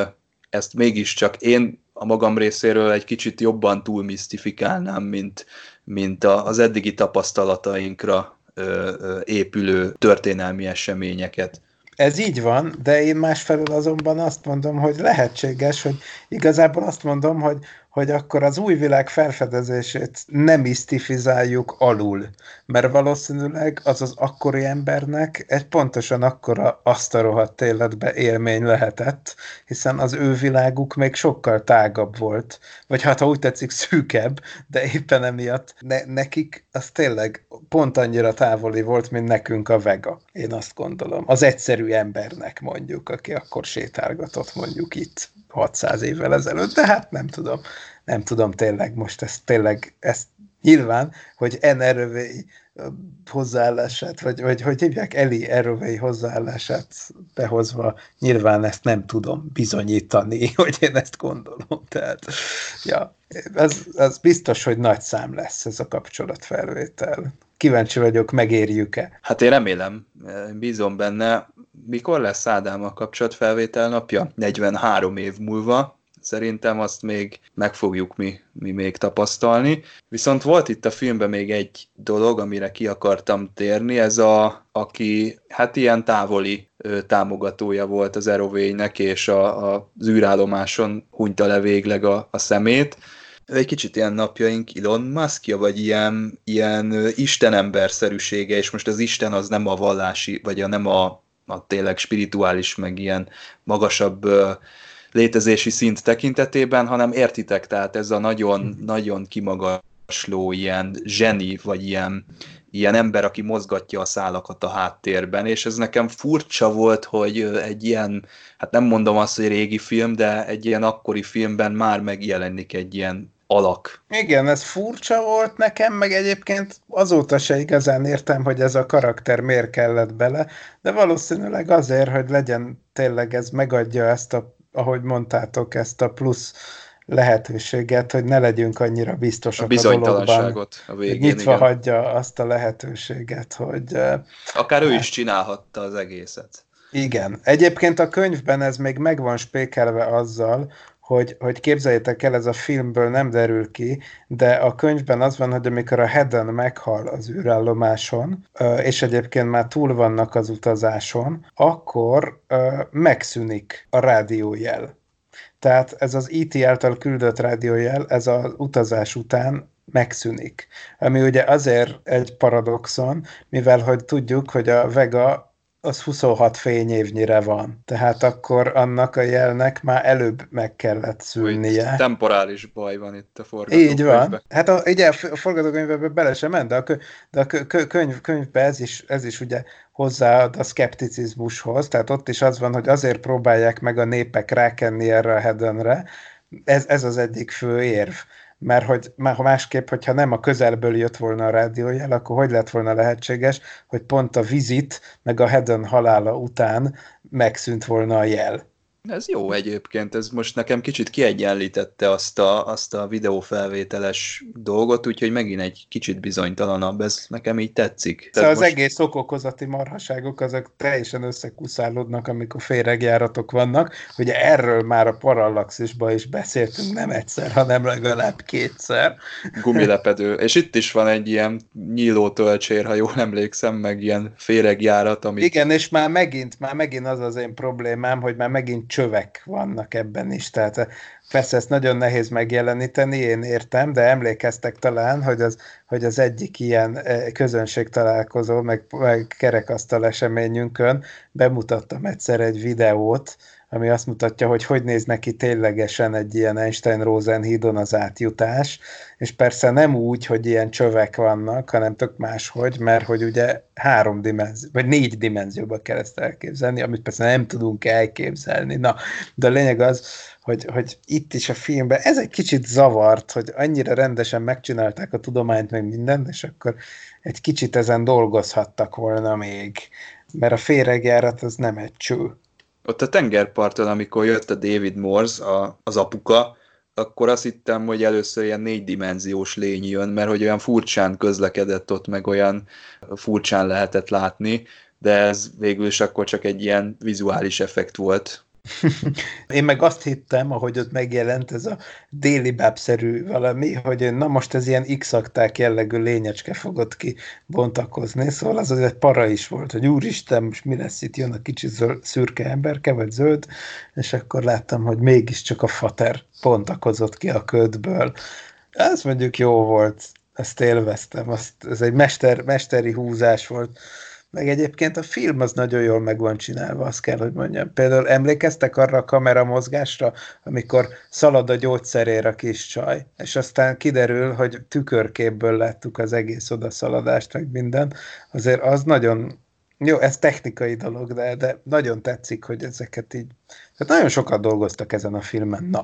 ezt mégiscsak én a magam részéről egy kicsit jobban túlmisztifikálnám, mint, mint az eddigi tapasztalatainkra ö, ö, épülő történelmi eseményeket. Ez így van, de én másfelől azonban azt mondom, hogy lehetséges, hogy igazából azt mondom, hogy, hogy akkor az új világ felfedezését nem misztifizáljuk alul, mert valószínűleg az az akkori embernek egy pontosan akkora azt a rohadt életbe élmény lehetett, hiszen az ő világuk még sokkal tágabb volt, vagy hát ha úgy tetszik szűkebb, de éppen emiatt ne, nekik az tényleg pont annyira távoli volt, mint nekünk a Vega. Én azt gondolom. Az egyszerű embernek mondjuk, aki akkor sétálgatott mondjuk itt hatszáz évvel ezelőtt, de hát nem tudom. Nem tudom tényleg most ezt tényleg, ezt nyilván, hogy en erővé hozzáállását, vagy, vagy hogy hívják, Eli erővé hozzáállását behozva, nyilván ezt nem tudom bizonyítani, hogy én ezt gondolom. Tehát, ja, az, az biztos, hogy nagy szám lesz ez a kapcsolatfelvétel. Kíváncsi vagyok, megérjük-e? Hát én remélem, bízom benne. Mikor lesz Ádám a kapcsolatfelvétel napja? negyvenhárom év múlva. Szerintem azt még meg fogjuk mi, mi még tapasztalni. Viszont volt itt a filmben még egy dolog, amire ki akartam térni, ez a, aki hát ilyen távoli ö, támogatója volt az Arrowverse-nek, és a, a, az űrállomáson hunyta le végleg a, a szemét. Egy kicsit ilyen napjaink Elon Muskja, vagy ilyen, ilyen istenemberszerűsége, és most az Isten az nem a vallási, vagy a nem a, a tényleg spirituális, meg ilyen magasabb ö, létezési szint tekintetében, hanem értitek, tehát ez a nagyon, nagyon kimagasló ilyen zseni, vagy ilyen, ilyen ember, aki mozgatja a szálakat a háttérben, és ez nekem furcsa volt, hogy egy ilyen, hát nem mondom azt, hogy régi film, de egy ilyen akkori filmben már megjelenik egy ilyen alak. Igen, ez furcsa volt nekem, meg egyébként azóta se igazán értem, hogy ez a karakter miért kellett bele, de valószínűleg azért, hogy legyen tényleg ez megadja ezt a, ahogy mondtátok, ezt a plusz lehetőséget, hogy ne legyünk annyira biztosak a, bizonytalanságot a dologban. A végén, nyitva igen. hagyja azt a lehetőséget, hogy... Akár ő is csinálhatta az egészet. Igen. Egyébként a könyvben ez még meg van spékelve azzal, hogy, hogy képzeljétek el, ez a filmből nem derül ki, de a könyvben az van, hogy amikor a Hedden meghal az űrállomáson, és egyébként már túl vannak az utazáson, akkor megszűnik a rádiójel. Tehát ez az é té által küldött rádiójel, ez az utazás után megszűnik. Ami ugye azért egy paradoxon, mivel hogy tudjuk, hogy a Vega az huszonhat fényévnyire van. Tehát akkor annak a jelnek már előbb meg kellett szűnnie. Úgy, temporális baj van itt a forgatókönyvben. Így van. Hát a, ugye a forgatókönyvben bele sem ment, de a, kö, de a kö, könyv, könyvben ez is, ez is ugye hozzáad a szkepticizmushoz, tehát ott is az van, hogy azért próbálják meg a népek rákenni erre a Heddenre. Ez, ez az egyik fő érv. Mert hogy ha másképp, hogyha nem a közelből jött volna a rádiójel, akkor hogy lett volna lehetséges, hogy pont a Visit meg a Hedden halála után megszűnt volna a jel. Ez jó egyébként, ez most nekem kicsit kiegyenlítette azt a, azt a videófelvételes dolgot, úgyhogy megint egy kicsit bizonytalanabb, ez nekem így tetszik. Szóval most... az egész okokozati marhaságok, azok teljesen összekuszálódnak, amikor féregjáratok vannak. Ugye erről már a Parallaxisban is beszéltünk nem egyszer, hanem legalább kétszer. Gumilepedő. És itt is van egy ilyen nyíló tölcsér, ha jól emlékszem, meg ilyen féregjárat, amit... Igen, és már megint, már megint az az én problémám, hogy már megint csövek vannak ebben is, tehát persze ezt nagyon nehéz megjeleníteni, én értem, de emlékeztek talán, hogy az, hogy az egyik ilyen közönségtalálkozó, meg, meg kerekasztal eseményünkön bemutattam egyszer egy videót, ami azt mutatja, hogy hogy néz neki ténylegesen egy ilyen Einstein-Rosen hídon az átjutás, és persze nem úgy, hogy ilyen csövek vannak, hanem tök máshogy, mert hogy ugye három dimenzió, vagy négy dimenzióban kell ezt elképzelni, amit persze nem tudunk elképzelni. Na, de a lényeg az, hogy, hogy itt is a filmben ez egy kicsit zavart, hogy annyira rendesen megcsinálták a tudományt, meg mindent, és akkor egy kicsit ezen dolgozhattak volna még, mert a féregjárat az nem egy cső. Ott a tengerparton, amikor jött a David Morse, a, az apuka, akkor azt hittem, hogy először ilyen négydimenziós lény jön, mert hogy olyan furcsán közlekedett ott, meg olyan furcsán lehetett látni, de ez végül is akkor csak egy ilyen vizuális effekt volt. Én meg azt hittem, ahogy ott megjelent ez a déli bábszerű valami, hogy na most ez ilyen x-akták jellegű lényecske fogott ki bontakozni, szóval az az egy para is volt, hogy úristen, most mi lesz itt, jön a kicsi zöld, szürke emberke, vagy zöld, és akkor láttam, hogy mégiscsak a fater bontakozott ki a ködből. Ez mondjuk jó volt, ezt élveztem, azt, ez egy mester, mesteri húzás volt. Meg egyébként a film az nagyon jól meg van csinálva, azt kell, hogy mondjam. Például emlékeztek arra a kameramozgásra, amikor szalad a gyógyszerér a kis csaj, és aztán kiderül, hogy tükörképből láttuk az egész odaszaladást, meg minden. Azért az nagyon, jó, ez technikai dolog, de, de nagyon tetszik, hogy ezeket így, tehát nagyon sokat dolgoztak ezen a filmen, na,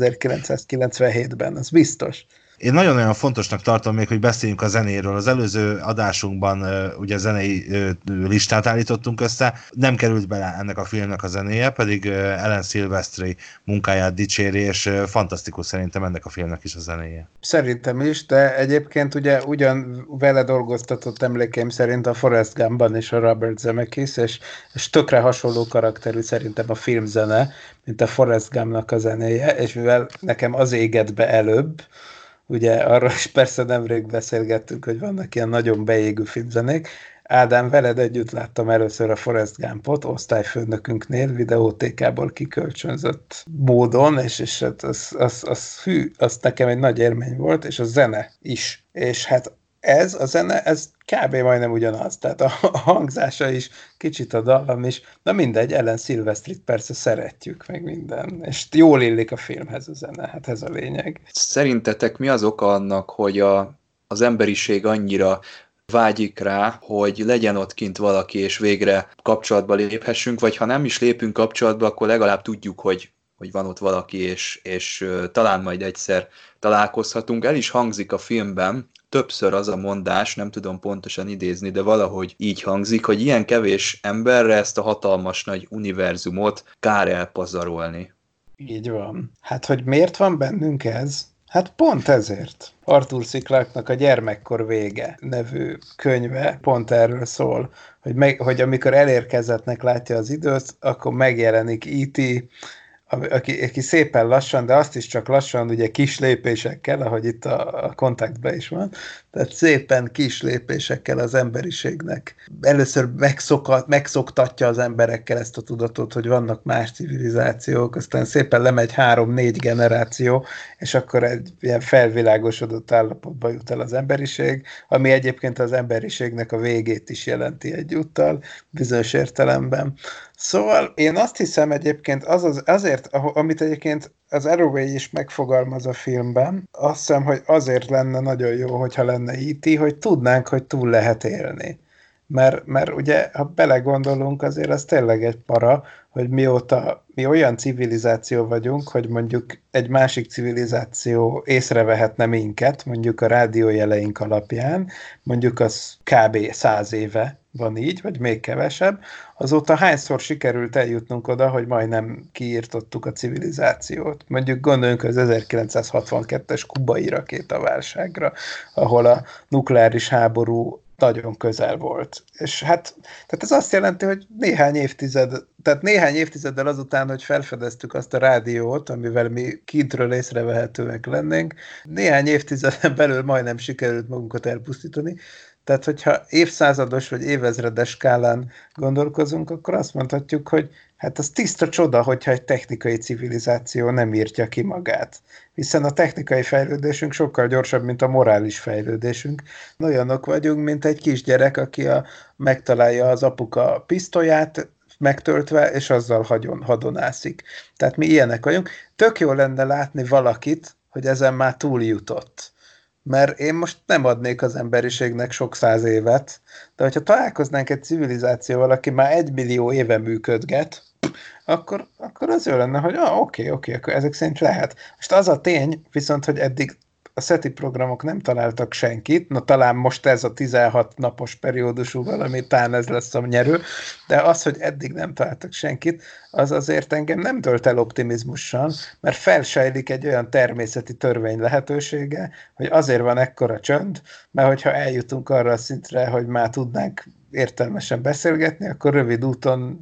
ezerkilencszázkilencvenhétben, az biztos. Én nagyon-nagyon fontosnak tartom még, hogy beszéljünk a zenéről. Az előző adásunkban uh, ugye zenei uh, listát állítottunk össze, nem került bele ennek a filmnek a zenéje, pedig uh, Alan Silvestri munkáját dicséri, és uh, fantasztikus szerintem ennek a filmnek is a zenéje. Szerintem is, de egyébként ugye ugyan vele dolgoztatott emlékeim szerint a Forrest Gumpban is a Robert Zemeckis, és, és tökre hasonló karakterű szerintem a filmzene, mint a Forrest Gumpnak a zenéje, és mivel nekem az égett be előbb, ugye arról is persze nemrég beszélgettünk, hogy vannak ilyen nagyon beégő filmzenék. Ádám, veled együtt láttam először a Forrest Gumpot osztályfőnökünknél, videótékából kikölcsönzött módon, és, és hát az, az, az hű, az nekem egy nagy élmény volt, és a zene is. És hát ez, a zene, ez kb. Majdnem ugyanaz, tehát a hangzása is, kicsit a dallam is, na mindegy, Alan Silvestrit persze szeretjük, meg minden, és jól illik a filmhez a zene, hát ez a lényeg. Szerintetek mi az oka annak, hogy a, az emberiség annyira vágyik rá, hogy legyen ott kint valaki, és végre kapcsolatba léphessünk, vagy ha nem is lépünk kapcsolatba, akkor legalább tudjuk, hogy, hogy van ott valaki, és, és uh, talán majd egyszer találkozhatunk. El is hangzik a filmben, többször az a mondás, nem tudom pontosan idézni, de valahogy így hangzik, hogy ilyen kevés emberre ezt a hatalmas nagy univerzumot kár elpazarolni. Így van. Hát, hogy miért van bennünk ez? Hát pont ezért. Arthur C. Clarke-nak a Gyermekkor vége nevű könyve pont erről szól, hogy, meg, hogy amikor elérkezettnek látja az időt, akkor megjelenik é té, Aki, aki szépen lassan, de azt is csak lassan, ugye kis lépésekkel, ahogy itt a, a kontaktban is van, tehát szépen kis lépésekkel az emberiségnek. Először megszokat, megszoktatja az emberekkel ezt a tudatot, hogy vannak más civilizációk, aztán szépen lemegy három-négy generáció, és akkor egy ilyen felvilágosodott állapotba jut el az emberiség, ami egyébként az emberiségnek a végét is jelenti egyúttal, bizonyos értelemben. Szóval én azt hiszem egyébként, az az, azért, amit egyébként az Arroway is megfogalmaz a filmben, azt hiszem, hogy azért lenne nagyon jó, hogyha lenne é té, hogy tudnánk, hogy túl lehet élni. Mert, mert ugye, ha belegondolunk, azért az tényleg egy para, hogy mióta mi olyan civilizáció vagyunk, hogy mondjuk egy másik civilizáció észrevehetne minket, mondjuk a rádiójeleink alapján, mondjuk az kb. száz éve van így, vagy még kevesebb, azóta hányszor sikerült eljutnunk oda, hogy majdnem kiírtottuk a civilizációt. Mondjuk gondoljunk az ezerkilencszázhatvankettes kubai rakétaválságra, ahol a nukleáris háború nagyon közel volt. És hát, tehát ez azt jelenti, hogy néhány évtized, tehát néhány évtizeddel azután, hogy felfedeztük azt a rádiót, amivel mi kintről észrevehetőek lennénk, néhány évtizeden belül majdnem sikerült magunkat elpusztítani. Tehát, hogyha évszázados vagy évezredes skálán gondolkozunk, akkor azt mondhatjuk, hogy hát az tiszta csoda, hogyha egy technikai civilizáció nem írtja ki magát. Hiszen a technikai fejlődésünk sokkal gyorsabb, mint a morális fejlődésünk. Olyanok vagyunk, mint egy kisgyerek, aki a, megtalálja az apuka pisztolyát, megtöltve, és azzal hagyon, hadonászik. Tehát mi ilyenek vagyunk. Tök jó lenne látni valakit, hogy ezen már túljutott. Mert én most nem adnék az emberiségnek sok száz évet, de hogyha találkoznánk egy civilizációval, aki már egy millió éve működget, akkor, akkor az jó lenne, hogy ah, oké, oké, akkor ezek szerint lehet. Most az a tény, viszont, hogy eddig a SETI programok nem találtak senkit, na talán most ez a tizenhat napos periódusú valami, talán ez lesz a nyerő, de az, hogy eddig nem találtak senkit, az azért engem nem tölt el optimizmussal, mert felsejlik egy olyan természeti törvény lehetősége, hogy azért van ekkora csönd, mert hogyha eljutunk arra a szintre, hogy már tudnánk értelmesen beszélgetni, akkor rövid úton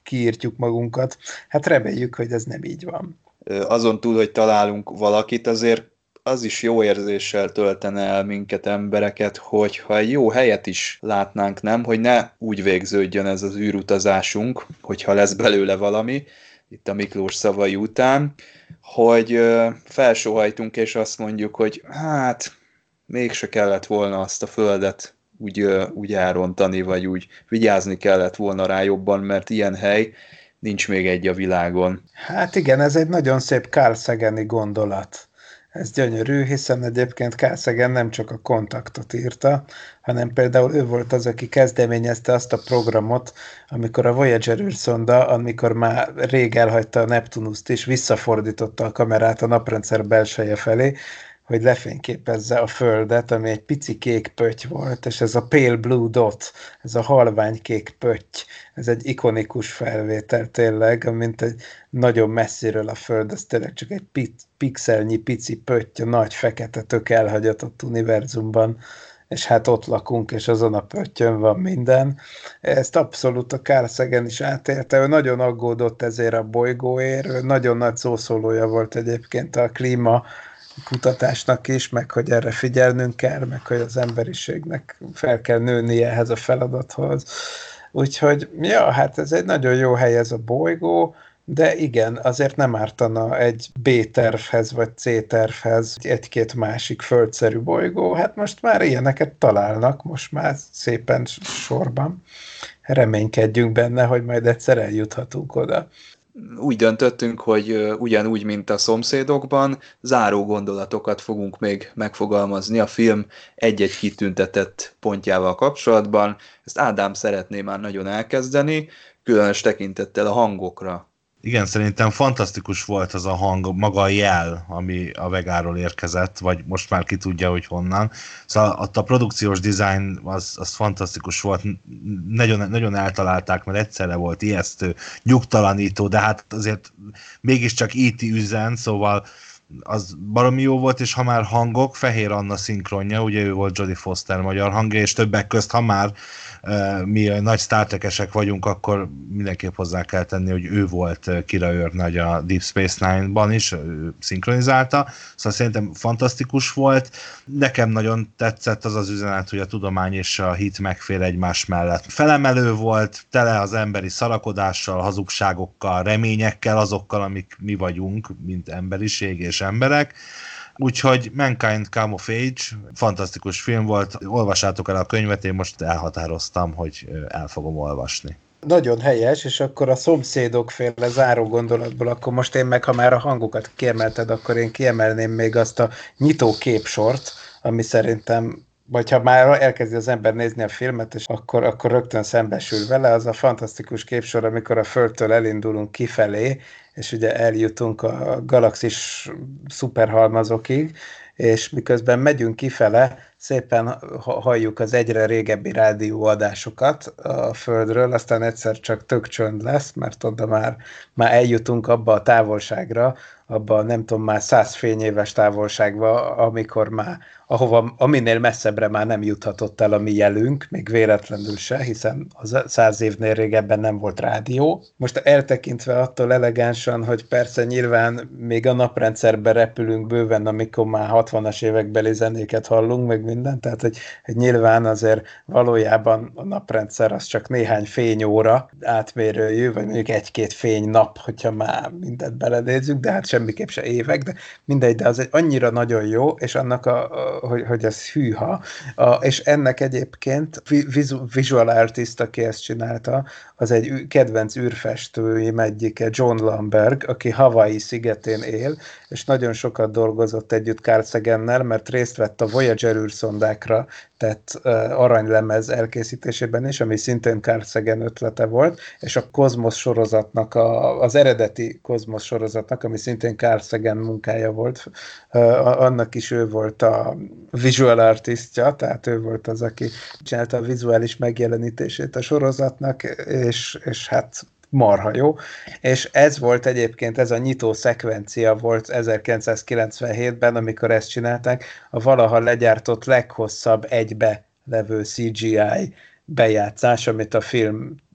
kiírtjuk magunkat. Hát reméljük, hogy ez nem így van. Azon túl, hogy találunk valakit, azért az is jó érzéssel töltene el minket, embereket, hogyha egy jó helyet is látnánk, nem? Hogy ne úgy végződjön ez az űrutazásunk, hogyha lesz belőle valami, itt a Miklós szavai után, hogy felsóhajtunk és azt mondjuk, hogy hát mégse kellett volna azt a földet úgy, úgy elrontani, vagy úgy vigyázni kellett volna rá jobban, mert ilyen hely nincs még egy a világon. Hát igen, ez egy nagyon szép Carl Sagan-i gondolat. Ez gyönyörű, hiszen egyébként Carl Sagan nem csak a Kontaktot írta, hanem például ő volt az, aki kezdeményezte azt a programot, amikor a Voyager űrszonda, amikor már rég elhagyta a Neptunuszt is, visszafordította a kamerát a naprendszer belseje felé, hogy lefényképezze a Földet, ami egy pici kék pötty volt, és ez a pale blue dot, ez a halvány kék pötty, ez egy ikonikus felvétel tényleg, amint egy nagyon messziről a Föld, ez tényleg csak egy pi- pixelnyi pici pötty a nagy fekete tök elhagyatott univerzumban, és hát ott lakunk, és azon a pöttyön van minden. Ezt abszolút a Carl Sagan is átélte, ő nagyon aggódott ezért a bolygóért, ő nagyon nagy szószólója volt egyébként a klíma kutatásnak is, meg hogy erre figyelnünk kell, meg hogy az emberiségnek fel kell nőnie ehhez a feladathoz. Úgyhogy, ja, hát ez egy nagyon jó hely ez a bolygó, de igen, azért nem ártana egy B-tervhez vagy C-tervhez egy-két másik földszerű bolygó. Hát most már ilyeneket találnak, most már szépen sorban. Reménykedjünk benne, hogy majd egyszer eljuthatunk oda. Úgy döntöttünk, hogy ugyanúgy, mint a Szomszédokban, záró gondolatokat fogunk még megfogalmazni a film egy-egy kitüntetett pontjával kapcsolatban. Ezt Ádám szeretné már nagyon elkezdeni, különös tekintettel a hangokra. Igen, szerintem fantasztikus volt az a hang, maga a jel, ami a Vegáról érkezett, vagy most már ki tudja, hogy honnan. Szóval ott a produkciós design az, az fantasztikus volt, nagyon, nagyon eltalálták, mert egyszerre volt ijesztő, nyugtalanító, de hát azért mégiscsak í té üzen, szóval az baromi jó volt, és ha már hangok, Fehér Anna szinkronja, ugye ő volt Jodie Foster magyar hangja, és többek közt, ha már uh, mi nagy Star Trek-esek vagyunk, akkor mindenképp hozzá kell tenni, hogy ő volt Kira őrnagy a Deep Space Nine-ban is, ő szinkronizálta, szóval szerintem fantasztikus volt. Nekem nagyon tetszett az az üzenet, hogy a tudomány és a hit megfér egymás mellett. Felemelő volt, tele az emberi szarakodással, hazugságokkal, reményekkel, azokkal, amik mi vagyunk, mint emberiség és emberek. Úgyhogy Mankind Come of Age, fantasztikus film volt, olvassátok el a könyvet, én most elhatároztam, hogy el fogom olvasni. Nagyon helyes, és akkor a Szomszédok féle záró gondolatból, akkor most én meg, ha már a hangokat kiemelted, akkor én kiemelném még azt a nyitó képsort, ami szerintem, vagy ha már elkezdi az ember nézni a filmet, és akkor, akkor rögtön szembesül vele, az a fantasztikus képsor, amikor a Földtől elindulunk kifelé, és ugye eljutunk a galaxis szuperhalmazokig, és miközben megyünk kifele, szépen halljuk az egyre régebbi rádióadásokat a Földről, aztán egyszer csak tök csönd lesz, mert oda már, már eljutunk abba a távolságra, abba nem tudom, már száz fényéves távolságba, amikor már, ahova, aminél messzebbre már nem juthatott el a mi jelünk, még véletlenül se, hiszen az száz évnél régebben nem volt rádió. Most eltekintve attól elegánsan, hogy persze nyilván még a naprendszerbe repülünk bőven, amikor már hatvanas évekbeli zenéket hallunk, meg minden, tehát hogy, hogy nyilván azért valójában a naprendszer az csak néhány fényóra átmérőjű, vagy mondjuk egy-két fénynap, hogyha már mindent belenézzük, de hát semmiképp se évek, de mindegy, de az egy annyira nagyon jó, és annak, a, a, hogy, hogy ez hűha, a, és ennek egyébként visual artist, aki ezt csinálta, az egy kedvenc űrfestőim egyike, John Lamberg, aki Hawaii szigetén él, és nagyon sokat dolgozott együtt Carl Sagannel, mert részt vett a Voyager űrszondákra tett uh, aranylemez elkészítésében is, ami szintén Carl Sagan ötlete volt, és a Kozmosz sorozatnak, a, az eredeti Kozmosz sorozatnak, ami szintén Carl Sagan munkája volt, uh, annak is ő volt a visual artistja, tehát ő volt az, aki csinálta a vizuális megjelenítését a sorozatnak, és, és hát marha jó, és ez volt egyébként, ez a nyitó szekvencia volt ezerkilencszázkilencvenhétben, amikor ezt csinálták, a valaha legyártott leghosszabb egybe levő cé gé í bejátszás, amit a film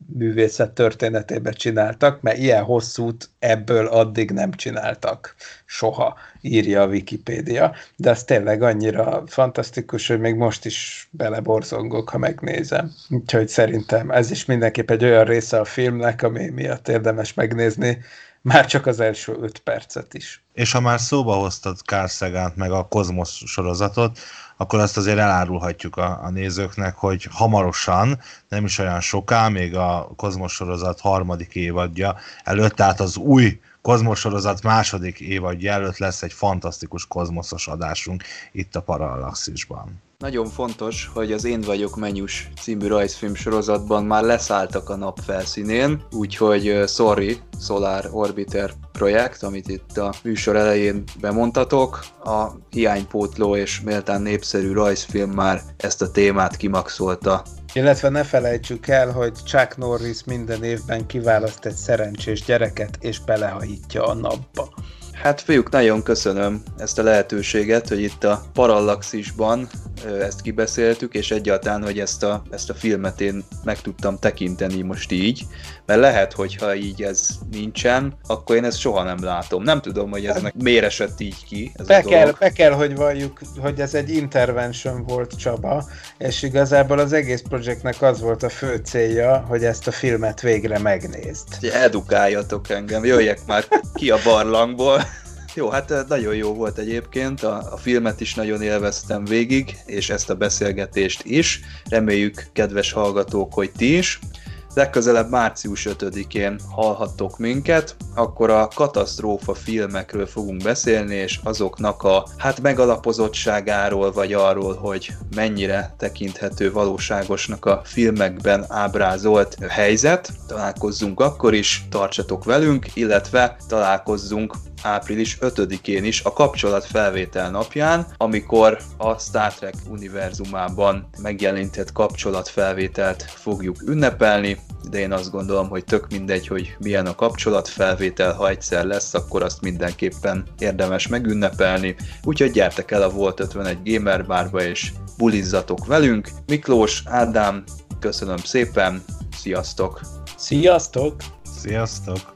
művészet történetében csináltak, mert ilyen hosszút ebből addig nem csináltak soha, írja a Wikipédia, de az tényleg annyira fantasztikus, hogy még most is beleborzongok, ha megnézem. Úgyhogy szerintem ez is mindenképp egy olyan része a filmnek, ami miatt érdemes megnézni, már csak az első öt percet is. És ha már szóba hoztad Carl Sagant meg a Kozmosz sorozatot, akkor azt azért elárulhatjuk a, a nézőknek, hogy hamarosan, nem is olyan soká, még a Kozmosz sorozat harmadik évadja előtt, tehát az új Kozmosz sorozat második évadja előtt lesz egy fantasztikus kozmoszos adásunk itt a Parallaxisban. Nagyon fontos, hogy az Én vagyok Menyus című rajzfilm sorozatban már leszálltak a nap felszínén, úgyhogy uh, sorry, Solar Orbiter projekt, amit itt a műsor elején bemondtatok, a hiánypótló és méltán népszerű rajzfilm már ezt a témát kimaxolta. Illetve ne felejtsük el, hogy Chuck Norris minden évben kiválaszt egy szerencsés gyereket és belehajítja a napba. Hát fiúk, nagyon köszönöm ezt a lehetőséget, hogy itt a Parallaxisban ezt kibeszéltük, és egyáltalán, hogy ezt a, ezt a filmet én meg tudtam tekinteni most így, mert lehet, hogyha így ez nincsen, akkor én ezt soha nem látom. Nem tudom, hogy ez miért esett így ki. Ez be, a kell, dolog. be kell, hogy valljuk, hogy ez egy intervention volt, Csaba, és igazából az egész projektnek az volt a fő célja, hogy ezt a filmet végre megnézd. Edukáljatok engem, jöjjek már ki a barlangból. Jó, hát nagyon jó volt egyébként, a, a filmet is nagyon élveztem végig, és ezt a beszélgetést is. Reméljük, kedves hallgatók, hogy ti is. Legközelebb március ötödikén hallhattok minket, akkor a katasztrófa filmekről fogunk beszélni, és azoknak a hát megalapozottságáról, vagy arról, hogy mennyire tekinthető valóságosnak a filmekben ábrázolt helyzet. Találkozzunk akkor is, tartsatok velünk, illetve találkozzunk április ötödikén is a kapcsolatfelvétel napján, amikor a Star Trek univerzumában megjelentett kapcsolatfelvételt fogjuk ünnepelni, de én azt gondolom, hogy tök mindegy, hogy milyen a kapcsolatfelvétel, ha egyszer lesz, akkor azt mindenképpen érdemes megünnepelni, úgyhogy gyertek el a Volt ötvenegy Gamer Barba és bulizzatok velünk. Miklós, Ádám, köszönöm szépen, sziasztok! Sziasztok! Sziasztok!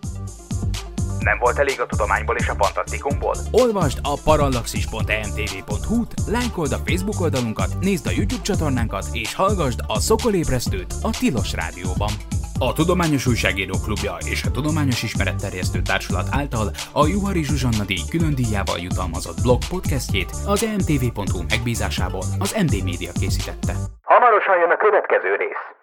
Nem volt elég a tudományból és a fantasztikumból? Olvasd a parallaxis pont e m t v pont h u-t, lájkold a Facebook oldalunkat, nézd a YouTube csatornánkat, és hallgasd a Szokolébresztőt a Tilos Rádióban. A Tudományos Újságírók Klubja és a Tudományos Ismeretterjesztő Társulat által a Juhari Zsuzsanna díj külön díjával jutalmazott blog podcastjét az e m t v pont h u megbízásából az em dé Média készítette. Hamarosan jön a következő rész.